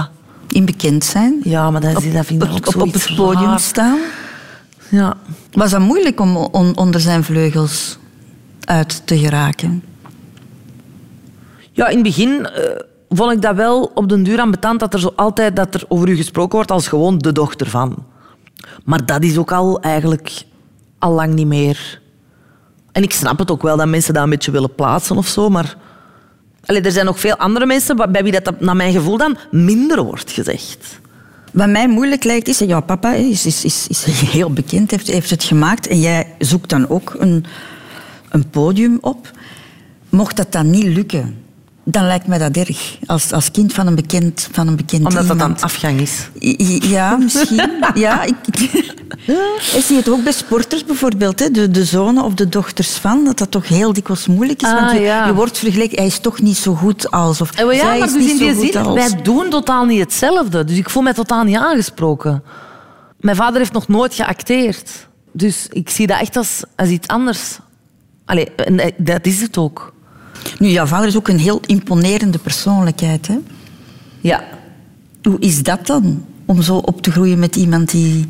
In bekend zijn. Ja, maar dat, Op, dat vind ik ook op, op zoiets het podium raar. staan. Ja. Was dat moeilijk om on- onder zijn vleugels uit te geraken? Ja, in het begin eh, vond ik dat wel op den duur ambetant dat er zo altijd dat er over u gesproken wordt als gewoon de dochter van. Maar dat is ook al eigenlijk al lang niet meer. En ik snap het ook wel dat mensen dat een beetje willen plaatsen of zo, maar allee, er zijn nog veel andere mensen bij wie dat naar mijn gevoel dan minder wordt gezegd. Wat mij moeilijk lijkt is, jouw papa is, is, is, is heel bekend, heeft, heeft het gemaakt en jij zoekt dan ook een, een podium op. Mocht dat dan niet lukken, dan lijkt mij dat erg. Als, als kind van een bekend, van een bekend Omdat dat iemand. dan afgang is. I- Ja, misschien. Ja, ik, ik zie het ook bij sporters bijvoorbeeld. Hè. De, de zonen of de dochters van, dat dat toch heel dikwijls moeilijk is. Ah, want je, ja. je wordt vergeleken, hij is toch niet zo goed als. Of En wel, ja, zij maar is dus niet in zo die goed zin, als. wij doen totaal niet hetzelfde. Dus ik voel mij totaal niet aangesproken. Mijn vader heeft nog nooit geacteerd. Dus ik zie dat echt als, als iets anders. Allee, en dat is het ook. Nu, jouw vader is ook een heel imponerende persoonlijkheid. Hè? Ja. Hoe is dat dan? Om zo op te groeien met iemand die...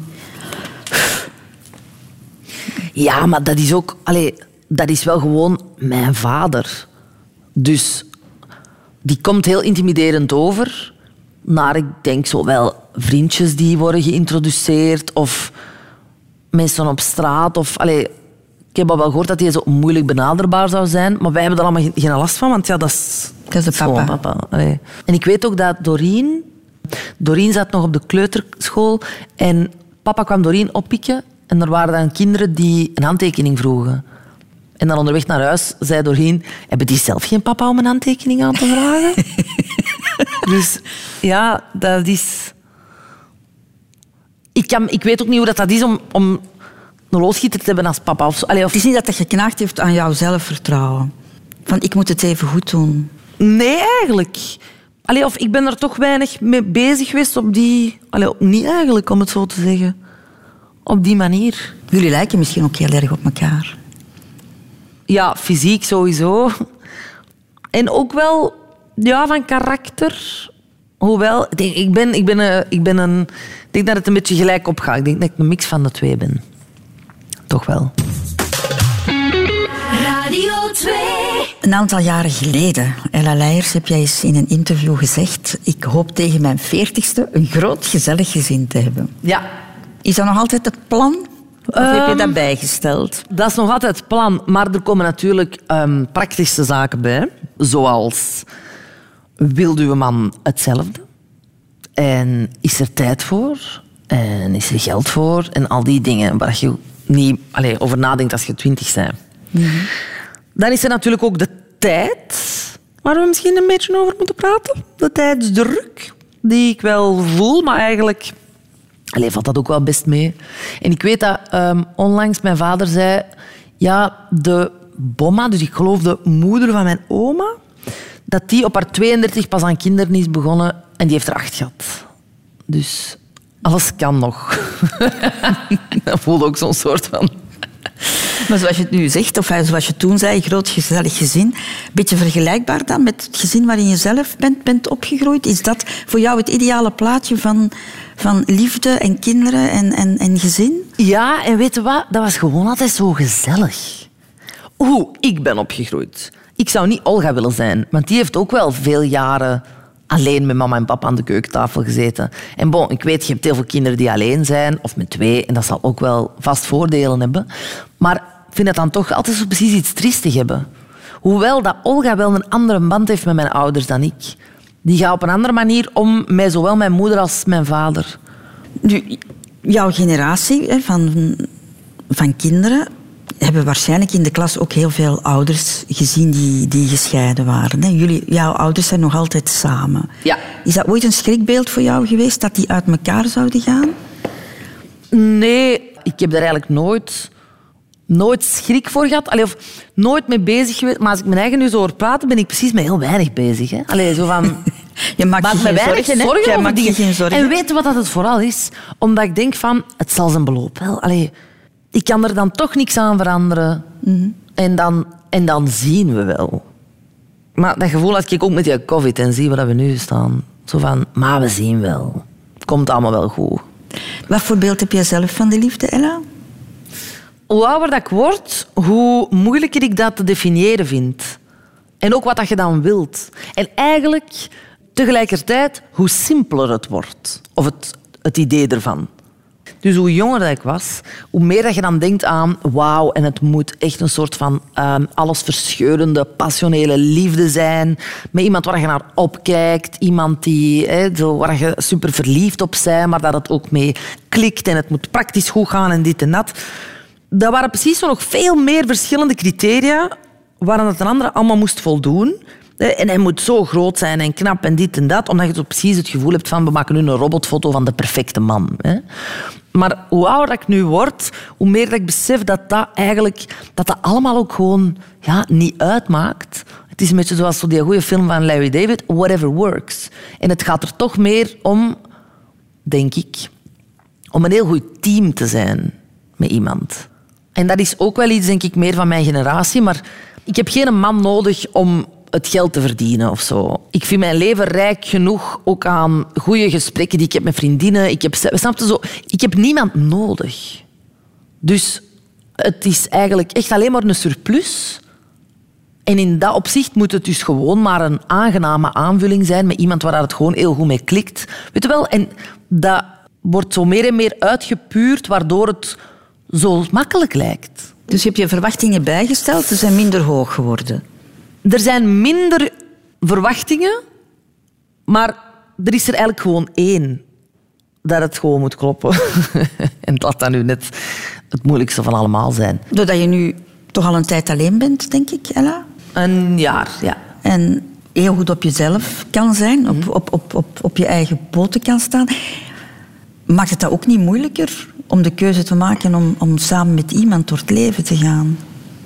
Ja, maar dat is ook... Allee, dat is wel gewoon mijn vader. Dus die komt heel intimiderend over naar, ik denk, zo wel vriendjes die worden geïntroduceerd of mensen op straat. Of, allee, ik heb al wel gehoord dat hij zo moeilijk benaderbaar zou zijn, maar wij hebben er allemaal geen, geen last van, want ja, dat is... Dat is de papa. gewoon papa. Allee. En ik weet ook dat Doreen... Doreen zat nog op de kleuterschool en papa kwam Doreen oppikken en er waren dan kinderen die een handtekening vroegen. En dan onderweg naar huis zei Doreen, hebben die zelf geen papa om een handtekening aan te vragen? Dus ja, dat is... Ik, kan, ik weet ook niet hoe dat, dat is om, om een loodgieter te hebben als papa. Of zo. Allee, of... Het is niet dat dat geknaagd heeft aan jouw zelfvertrouwen. Van, ik moet het even goed doen. Nee, eigenlijk. Allee, of ik ben er toch weinig mee bezig geweest op die... Allee, niet eigenlijk, om het zo te zeggen. Op die manier. Jullie lijken misschien ook heel erg op elkaar. Ja, fysiek sowieso. En ook wel ja, van karakter. Hoewel, ik, denk, ik, ben, ik, ben, een, ik ben een... Ik denk dat het een beetje gelijk opgaat. Ik denk dat ik een mix van de twee ben. Toch wel. Radio twee. Een aantal jaren geleden, Ella Leijers, heb jij eens in een interview gezegd... Ik hoop tegen mijn veertigste een groot gezellig gezin te hebben. Ja. Is dat nog altijd het plan? Of heb je Um, dat bijgesteld? Dat is nog altijd het plan. Maar er komen natuurlijk um, praktische zaken bij. Zoals... Wil uw man hetzelfde? En is er tijd voor? En is er geld voor? En al die dingen waar je niet allez, over nadenkt als je twintig bent. Mm-hmm. Dan is er natuurlijk ook de tijd, waar we misschien een beetje over moeten praten. De tijdsdruk, die ik wel voel, maar eigenlijk allez, valt dat ook wel best mee. En ik weet dat um, onlangs mijn vader zei... Ja, de bomma, dus ik geloof de moeder van mijn oma... dat die op haar tweeëndertig pas aan kinderen is begonnen en die heeft er acht gehad. Dus alles kan nog. Dat voelde ook zo'n soort van... Maar zoals je het nu zegt, of zoals je toen zei, een groot gezellig gezin, een beetje vergelijkbaar dan met het gezin waarin je zelf bent, bent opgegroeid. Is dat voor jou het ideale plaatje van, van liefde en kinderen en, en, en gezin? Ja, en weet je wat? Dat was gewoon altijd zo gezellig. Hoe ik ben opgegroeid. Ik zou niet Olga willen zijn, want die heeft ook wel veel jaren alleen met mama en papa aan de keukentafel gezeten. En bon, ik weet, je hebt heel veel kinderen die alleen zijn, of met twee, en dat zal ook wel vast voordelen hebben. Maar ik vind het dan toch altijd zo precies iets triestig hebben. Hoewel dat Olga wel een andere band heeft met mijn ouders dan ik. Die gaat op een andere manier om met zowel mijn moeder als mijn vader. Nu, jouw generatie hè, van, van kinderen hebben waarschijnlijk in de klas ook heel veel ouders gezien die, die gescheiden waren. Hè. Jullie, jouw ouders zijn nog altijd samen. Ja. Is dat ooit een schrikbeeld voor jou geweest, dat die uit elkaar zouden gaan? Nee, ik heb daar eigenlijk nooit, nooit schrik voor gehad. Allee, of nooit mee bezig geweest. Maar als ik mijn eigen nu zo hoor praten, ben ik precies met heel weinig bezig. Hè. Allee, zo van... Je maakt je me geen weinig zorgen, hè? zorgen Jij over maakt je dingen. geen zorgen. En weet je wat dat het vooral is? Omdat ik denk van, het zal zijn beloop wel. Allee, ik kan er dan toch niks aan veranderen. Mm-hmm. En, dan, en dan zien we wel. Maar dat gevoel had ik ook met die COVID en zie waar we nu staan. Zo van, maar we zien wel. Het komt allemaal wel goed. Wat voor beeld heb jij zelf van de liefde, Ella? Hoe ouder dat ik word, hoe moeilijker ik dat te definiëren vind. En ook wat dat je dan wilt. En eigenlijk, tegelijkertijd, hoe simpeler het wordt. Of het, het idee ervan. Dus hoe jonger dat ik was, hoe meer dat je dan denkt aan wauw, en het moet echt een soort van um, allesverscheurende, passionele liefde zijn. Met iemand waar je naar opkijkt. Iemand die, hè, zo, waar je super verliefd op bent, maar dat het ook mee klikt en het moet praktisch goed gaan en dit en dat. Dat waren precies zo nog veel meer verschillende criteria waaraan het een ander allemaal moest voldoen. En hij moet zo groot zijn en knap en dit en dat, omdat je zo precies het gevoel hebt van we maken nu een robotfoto van de perfecte man. Maar hoe ouder ik nu word, hoe meer dat ik besef dat dat eigenlijk dat dat allemaal ook gewoon ja, niet uitmaakt. Het is een beetje zoals zo die goede film van Larry David, Whatever Works. En het gaat er toch meer om, denk ik, om een heel goed team te zijn met iemand. En dat is ook wel iets, denk ik, meer van mijn generatie. Maar ik heb geen man nodig om het geld te verdienen of zo. Ik vind mijn leven rijk genoeg, ook aan goede gesprekken die ik heb met vriendinnen. Ik heb, snap je, zo, ik heb niemand nodig. Dus het is eigenlijk echt alleen maar een surplus. En in dat opzicht moet het dus gewoon maar een aangename aanvulling zijn met iemand waar het gewoon heel goed mee klikt. Weet je wel? En dat wordt zo meer en meer uitgepuurd, waardoor het zo makkelijk lijkt. Dus je hebt je verwachtingen bijgesteld, ze zijn minder hoog geworden. Er zijn minder verwachtingen, maar er is er eigenlijk gewoon één. Dat het gewoon moet kloppen. En laat dat nu net het moeilijkste van allemaal zijn. Doordat je nu toch al een tijd alleen bent, denk ik, Ella? Een jaar, ja. En heel goed op jezelf kan zijn, op, op, op, op, op je eigen poten kan staan. Maakt het dat ook niet moeilijker om de keuze te maken om, om samen met iemand door het leven te gaan?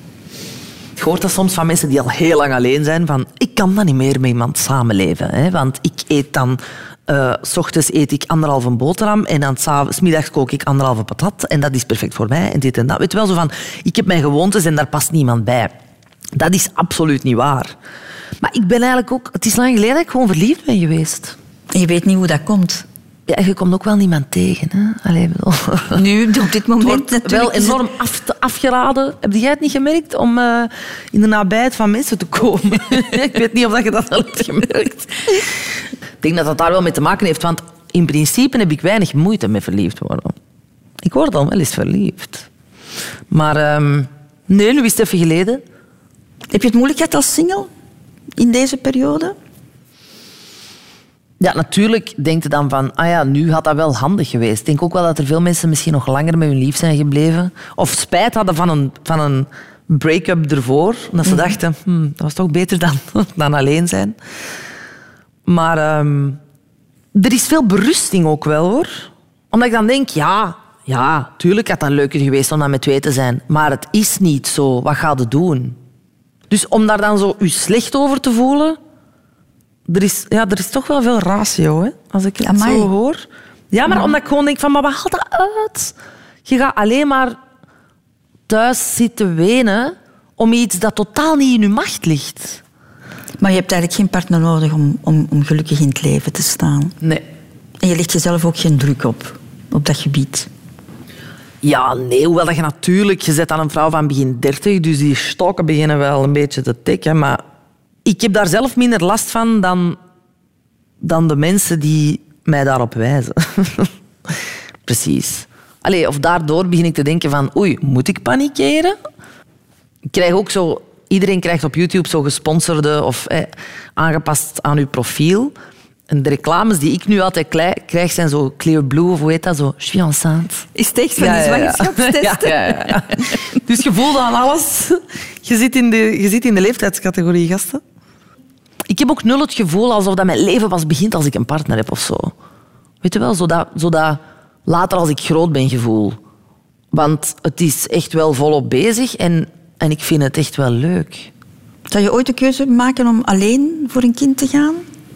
Je hoort dat soms van mensen die al heel lang alleen zijn. Van, ik kan dan niet meer met iemand samenleven. Hè, want ik eet dan... Uh, 's ochtends eet ik anderhalve boterham en dan 's middags kook ik anderhalve patat. En dat is perfect voor mij. En dit en dat. Weet je wel, zo van, ik heb mijn gewoontes en daar past niemand bij. Dat is absoluut niet waar. Maar ik ben eigenlijk ook... Het is lang geleden dat ik gewoon verliefd ben geweest. En je weet niet hoe dat komt. Ja, je komt ook wel niemand tegen. Hè? Allee, nu, op dit moment het wordt wel enorm af, afgeraden. Heb jij het niet gemerkt om uh, in de nabijheid van mensen te komen? Ik weet niet of je dat al hebt gemerkt. Ik denk dat dat daar wel mee te maken heeft. Want in principe heb ik weinig moeite met verliefd worden. Ik word dan wel eens verliefd. Maar um, nee, nu is het even geleden. Heb je het moeilijk gehad als single in deze periode? Ja, natuurlijk denk je dan van, ah ja, nu had dat wel handig geweest. Ik denk ook wel dat er veel mensen misschien nog langer met hun lief zijn gebleven. Of spijt hadden van een, van een break-up ervoor. Omdat ze dachten, hm, dat was toch beter dan, dan alleen zijn. Maar um, er is veel berusting ook wel, hoor. Omdat ik dan denk, ja, ja, tuurlijk had dat leuker geweest om dat met twee te zijn. Maar het is niet zo. Wat ga je doen? Dus om daar dan zo je slecht over te voelen... Er is, ja, er is toch wel veel ratio, hè, als ik het Amai. zo hoor. Ja, maar ja. Omdat ik gewoon denk van, maar wat haalt dat uit? Je gaat alleen maar thuis zitten wenen om iets dat totaal niet in je macht ligt. Maar je hebt eigenlijk geen partner nodig om, om, om gelukkig in het leven te staan. Nee. En je legt jezelf ook geen druk op, op dat gebied. Ja, nee, hoewel dat je natuurlijk... Je zet aan een vrouw van begin dertig, dus die stokken beginnen wel een beetje te tikken, maar... Ik heb daar zelf minder last van dan, dan de mensen die mij daarop wijzen. Precies. Allee, of daardoor begin ik te denken van... Oei, moet ik panikeren? Ik krijg ook zo... Iedereen krijgt op YouTube zo gesponsorde of eh, aangepast aan uw profiel. En de reclames die ik nu altijd krijg zijn zo Clear Blue of hoe heet dat? Zo, je suis enceinte. Is het echt van ja, die zwangerschapstesten? Ja, ja, ja, ja. Dus je voelt aan alles. Je zit in de, je zit in de leeftijdscategorie, gasten. Ik heb ook nul het gevoel alsof dat mijn leven pas begint als ik een partner heb of zo. Weet je wel, zodat, zodat later als ik groot ben gevoel. Want het is echt wel volop bezig en, en ik vind het echt wel leuk. Zou je ooit de keuze maken om alleen voor een kind te gaan?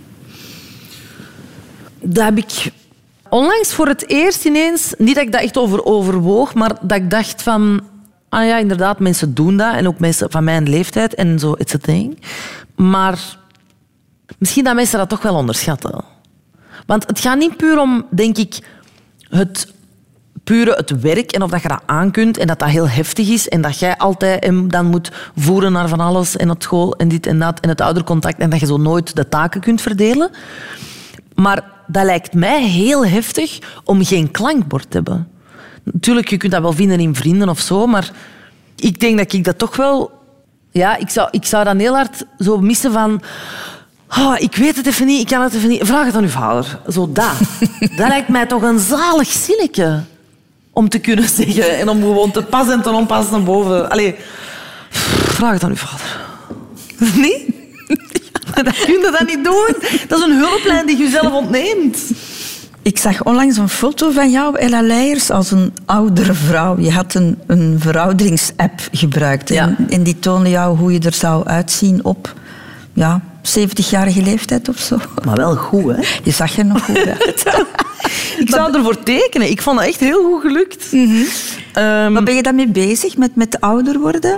Dat heb ik onlangs voor het eerst ineens... Niet dat ik dat echt over overwoog, maar dat ik dacht van... Ah ja, inderdaad, mensen doen dat. En ook mensen van mijn leeftijd. En zo, it's a thing. Maar misschien dat mensen dat toch wel onderschatten. Want het gaat niet puur om, denk ik, het pure het werk en of dat je dat aankunt en dat dat heel heftig is en dat jij altijd hem dan moet voeren naar van alles en op school en dit en dat en het oudercontact en dat je zo nooit de taken kunt verdelen. Maar dat lijkt mij heel heftig om geen klankbord te hebben. Natuurlijk, je kunt dat wel vinden in vrienden of zo, maar ik denk dat ik dat toch wel... Ja, ik zou, ik zou dan heel hard zo missen van... Oh, ik weet het even niet, ik kan het even niet. Vraag het aan uw vader. Zo dat. Dat lijkt mij toch een zalig zinnetje om te kunnen zeggen en om gewoon te pas en te onpas naar boven. Allee, vraag het aan uw vader. Nee? Dan kun je dat niet doen. Dat is een hulplijn die je zelf ontneemt. Ik zag onlangs een foto van jou, Ella Leijers, als een oudere vrouw. Je had een, een verouderingsapp gebruikt. Ja. En, en die toonde jou hoe je er zou uitzien op ja, zeventigjarige leeftijd of zo. Maar wel goed, hè? Je zag er nog goed uit. Ik zou ervoor tekenen. Ik vond dat echt heel goed gelukt. Mm-hmm. Um, Maar ben je daarmee bezig, met, met ouder worden?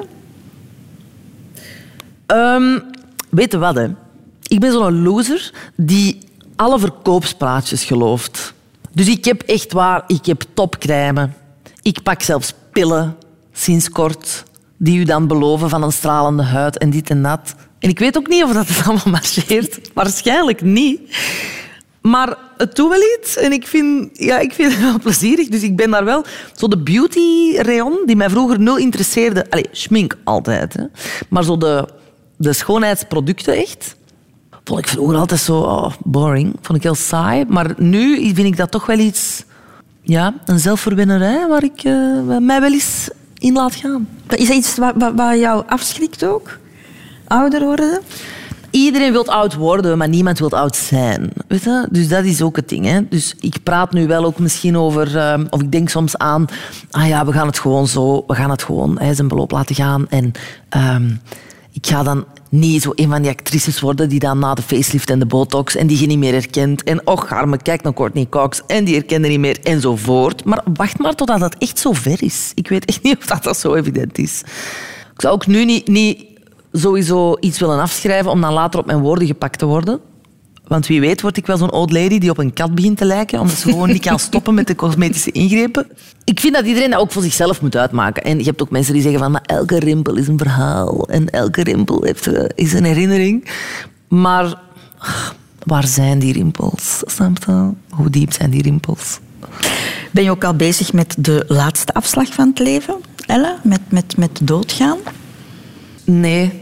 Um, weet je wat, hè? Ik ben zo'n loser die alle verkoopspraatjes gelooft. Dus ik heb echt waar, ik heb topcrème. Ik pak zelfs pillen, sinds kort, die u dan beloven van een stralende huid en dit en dat. En ik weet ook niet of dat het allemaal marcheert. Waarschijnlijk niet. Maar het doet wel iets en ik vind, ja, ik vind het wel plezierig. Dus ik ben daar wel... Zo de beauty-rayon, die mij vroeger nul interesseerde... Allee, schmink altijd, hè. Maar zo de, de schoonheidsproducten echt... Vond ik vroeger altijd zo oh, boring. Vond ik heel saai. Maar nu vind ik dat toch wel iets... Ja, een zelfverwinnerij waar ik uh, mij wel eens in laat gaan. Is dat iets wat, wat, wat jou afschrikt ook? Ouder worden? Iedereen wil oud worden, maar niemand wil oud zijn. Weet je? Dus dat is ook het ding. Hè? Dus ik praat nu wel ook misschien over... Uh, of ik denk soms aan... Ah ja, we gaan het gewoon zo... We gaan het gewoon hè, zijn beloop laten gaan. En um, ik ga dan niet zo een van die actrices worden die dan na de facelift en de botox en die je niet meer herkent. En och, arme, kijk naar Courtney Cox en die herkende niet meer enzovoort. Maar wacht maar totdat dat echt zo ver is. Ik weet echt niet of dat, dat zo evident is. Ik zou ook nu niet... niet sowieso iets willen afschrijven om dan later op mijn woorden gepakt te worden. Want wie weet word ik wel zo'n old lady die op een kat begint te lijken, omdat ze gewoon niet kan stoppen met de cosmetische ingrepen. Ik vind dat iedereen dat ook voor zichzelf moet uitmaken. En je hebt ook mensen die zeggen van, maar elke rimpel is een verhaal en elke rimpel heeft, uh, is een herinnering. Maar waar zijn die rimpels? Snap je? Hoe diep zijn die rimpels? Ben je ook al bezig met de laatste afslag van het leven, Ella? Met, met, met doodgaan? Nee.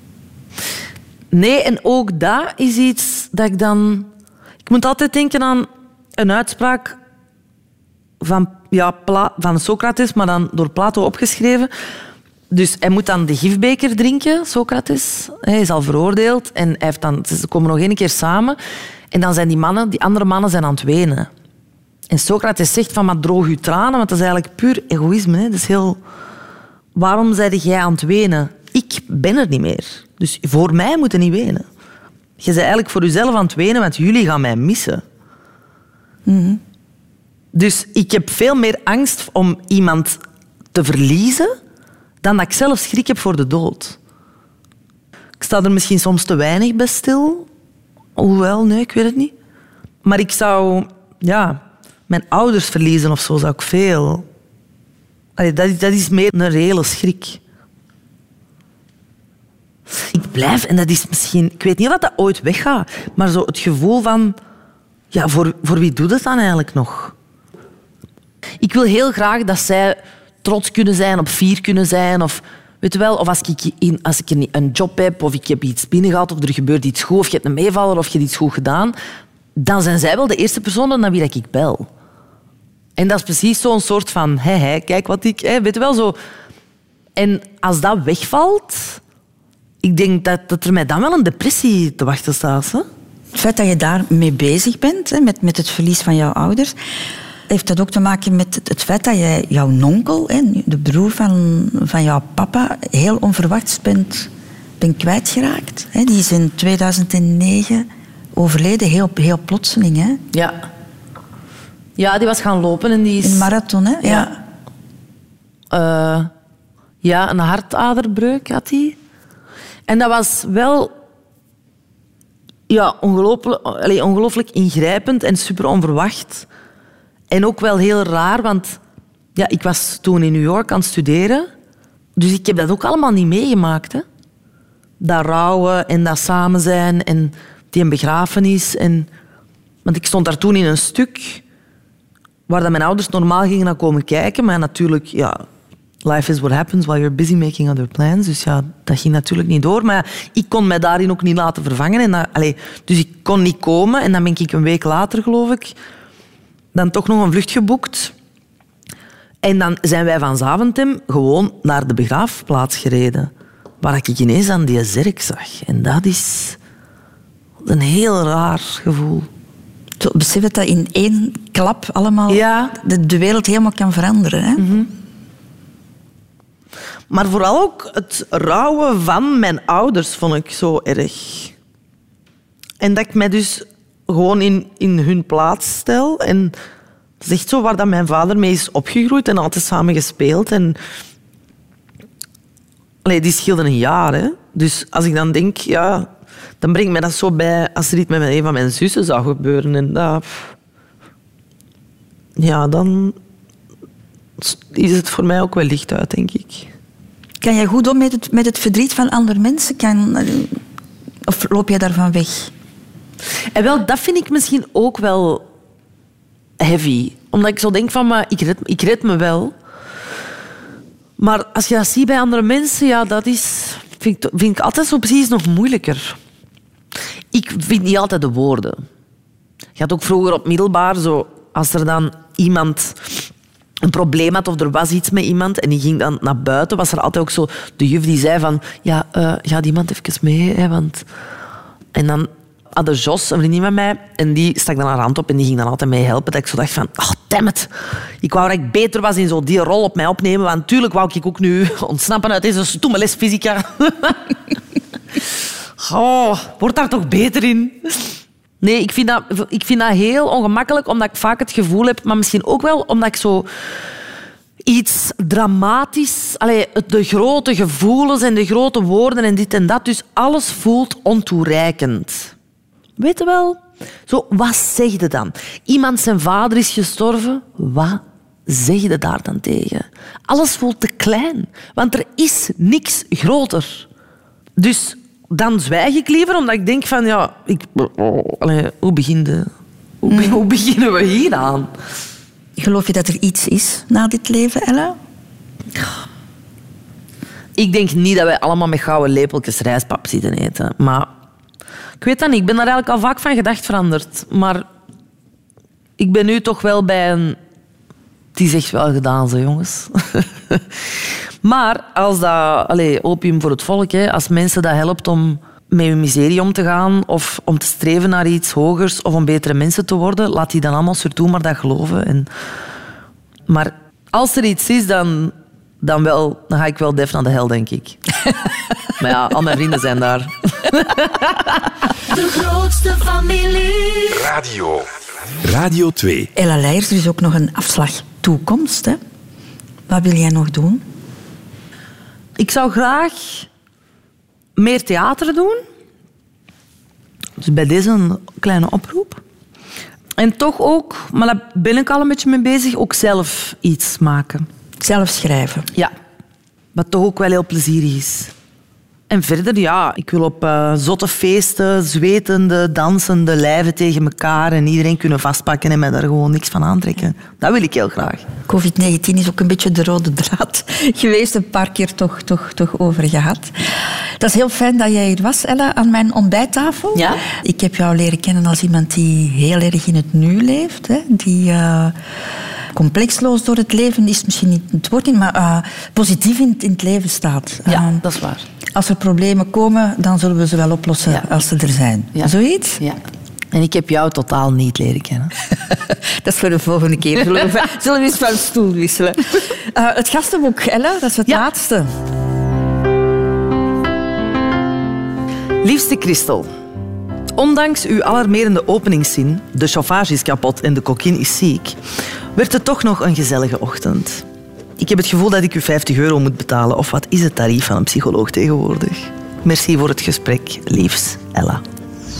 Nee, en ook dat is iets dat ik dan... Ik moet altijd denken aan een uitspraak van, ja, Pla... van Socrates, maar dan door Plato opgeschreven. Dus hij moet dan de gifbeker drinken, Socrates. Hij is al veroordeeld en hij heeft dan... ze komen nog één keer samen. En dan zijn die mannen, die andere mannen zijn aan het wenen. En Socrates zegt van, maar droog je tranen, want dat is eigenlijk puur egoïsme. Hè? Dat is heel... Waarom zei jij aan het wenen? Ik ben er niet meer. Dus voor mij moet je niet wenen. Je bent eigenlijk voor jezelf aan het wenen, want jullie gaan mij missen. Mm-hmm. Dus ik heb veel meer angst om iemand te verliezen dan dat ik zelf schrik heb voor de dood. Ik sta er misschien soms te weinig bij stil. Hoewel, nee, ik weet het niet. Maar ik zou... Ja, mijn ouders verliezen of zo zou ik veel... Allee, dat, is, dat is meer een reële schrik. Ik blijf, en dat is misschien... Ik weet niet of dat ooit weggaat, maar zo het gevoel van... Ja, voor, voor wie doet het dan eigenlijk nog? Ik wil heel graag dat zij trots kunnen zijn, op fier kunnen zijn. Of, weet je wel, of als ik, in, als ik een job heb, of ik heb iets binnengehaald, of er gebeurt iets goed, of je hebt een meevaller, of je hebt iets goed gedaan, dan zijn zij wel de eerste personen naar wie ik bel. En dat is precies zo'n soort van... Hé, hé, kijk wat ik... Hé, weet je wel, zo... En als dat wegvalt... Ik denk dat, dat er mij dan wel een depressie te wachten staat. Hè? Het feit dat je daarmee bezig bent, hè, met, met het verlies van jouw ouders... heeft dat ook te maken met het, het feit dat jij jouw nonkel, hè, de broer van, van jouw papa... heel onverwachts bent, bent kwijtgeraakt. Hè. Die is in tweeduizend negen overleden, heel, heel plotseling. Hè. Ja. Ja, die was gaan lopen en die is... In marathon, hè? Ja. Ja, uh, ja een hartaderbreuk had hij. En dat was wel... ja, ongelooflijk, allee, ongelooflijk ingrijpend en super onverwacht. En ook wel heel raar, want ja, ik was toen in New York aan het studeren. Dus ik heb dat ook allemaal niet meegemaakt. Hè? Dat rouwen en dat samen zijn en die een begrafenis. En... Want ik stond daar toen in een stuk waar dat mijn ouders normaal gingen naar komen kijken. Maar natuurlijk, ja, life is what happens while you're busy making other plans. Dus ja, dat ging natuurlijk niet door. Maar ja, ik kon mij daarin ook niet laten vervangen. En dat, allez, dus ik kon niet komen. En dan ben ik een week later, geloof ik, dan toch nog een vlucht geboekt. En dan zijn wij van Zaventem gewoon naar de begraafplaats gereden. Waar ik ineens aan die zerk zag. En dat is een heel raar gevoel. Zo, besef dat dat in één klap allemaal ja. de, de wereld helemaal kan veranderen. Hè? Mm-hmm. Maar vooral ook het rouwen van mijn ouders vond ik zo erg. En dat ik mij dus gewoon in, in hun plaats stel. En dat is echt zo waar dat mijn vader mee is opgegroeid en altijd samen gespeeld. En... Allee, die scheelden een jaar. Hè? Dus als ik dan denk... ja, dan brengt mij dat zo bij als er iets met een van mijn zussen zou gebeuren. En dat... Ja, dan is het voor mij ook wel licht uit, denk ik. Kan jij goed om met het, met het verdriet van andere mensen? Kan, of loop jij daarvan weg? En wel, dat vind ik misschien ook wel heavy. Omdat ik zo denk van, maar ik red, ik red me wel. Maar als je dat ziet bij andere mensen, ja, dat is, vind ik, vind ik altijd zo precies nog moeilijker. Ik vind niet altijd de woorden. Je had ook vroeger op middelbaar, zo, als er dan iemand een probleem had of er was iets met iemand en die ging dan naar buiten, was er altijd ook zo de juf die zei van, ja, uh, gaat iemand even mee, hè, want... En dan had de Jos, een vriendin van mij, en die stak dan haar hand op en die ging dan altijd mee helpen. Dat ik zo dacht van, oh, damn it. Ik wou dat ik beter was in zo die rol op mij opnemen, want natuurlijk wou ik ook nu ontsnappen uit deze stomme les fysica. Oh, word daar toch beter in? Nee, ik vind, dat, ik vind dat heel ongemakkelijk, omdat ik vaak het gevoel heb, maar misschien ook wel omdat ik zo iets dramatisch... Allee, de grote gevoelens en de grote woorden en dit en dat, dus alles voelt ontoereikend. Weet je wel? Zo, wat zeg je dan? Iemand zijn vader is gestorven, wat zeg je daar dan tegen? Alles voelt te klein, want er is niks groter. Dus... Dan zwijg ik liever, omdat ik denk van... ja, ik, oh, allee, hoe, begin de, hoe, mm. hoe beginnen we hier aan? Geloof je dat er iets is na dit leven, Ella? Ik denk niet dat wij allemaal met gouden lepeltjes rijstpap zitten eten. Maar ik weet dat niet. Ik ben daar eigenlijk al vaak van gedacht veranderd. Maar ik ben nu toch wel bij een... Het is echt wel gedaan, zo jongens. Maar als dat... Allez, opium voor het volk, hè, als mensen dat helpt om met hun miserie om te gaan of om te streven naar iets hogers of om betere mensen te worden, laat die dan allemaal surtout maar dat geloven. En... Maar als er iets is, dan, dan, wel, dan ga ik wel def naar de hel, denk ik. Maar ja, al mijn vrienden zijn daar. De grootste familie. Radio. Radio twee. Ella Leijers, er is ook nog een afslag toekomst. Hè? Wat wil jij nog doen? Ik zou graag meer theater doen. Dus bij deze een kleine oproep. En toch ook, maar daar ben ik al een beetje mee bezig, ook zelf iets maken. Zelf schrijven? Ja. Wat toch ook wel heel plezierig is. En verder, ja, ik wil op uh, zotte feesten, zwetende, dansende lijven tegen elkaar en iedereen kunnen vastpakken en mij daar gewoon niks van aantrekken. Dat wil ik heel graag. covid negentien is ook een beetje de rode draad geweest, een paar keer toch, toch, toch over gehad. Dat is heel fijn dat jij hier was, Ella, aan mijn ontbijttafel. Ja? Ik heb jou leren kennen als iemand die heel erg in het nu leeft, hè? Die... Uh, complexloos door het leven is misschien niet het woord in, maar uh, positief in, in het leven staat. Ja, uh, dat is waar. Als er problemen komen, dan zullen we ze wel oplossen ja. als ze er zijn. Ja. Zoiets? Ja. En ik heb jou totaal niet leren kennen. Dat is voor de volgende keer. Zullen we, zullen we eens van stoel wisselen. Uh, het gastenboek, Ella, dat is het ja. laatste. Liefste Christel. Ondanks uw alarmerende openingszin, de chauffage is kapot en de kokkin is ziek, werd het toch nog een gezellige ochtend. Ik heb het gevoel dat ik u vijftig euro moet betalen. Of wat is het tarief van een psycholoog tegenwoordig? Merci voor het gesprek, liefs, Ella.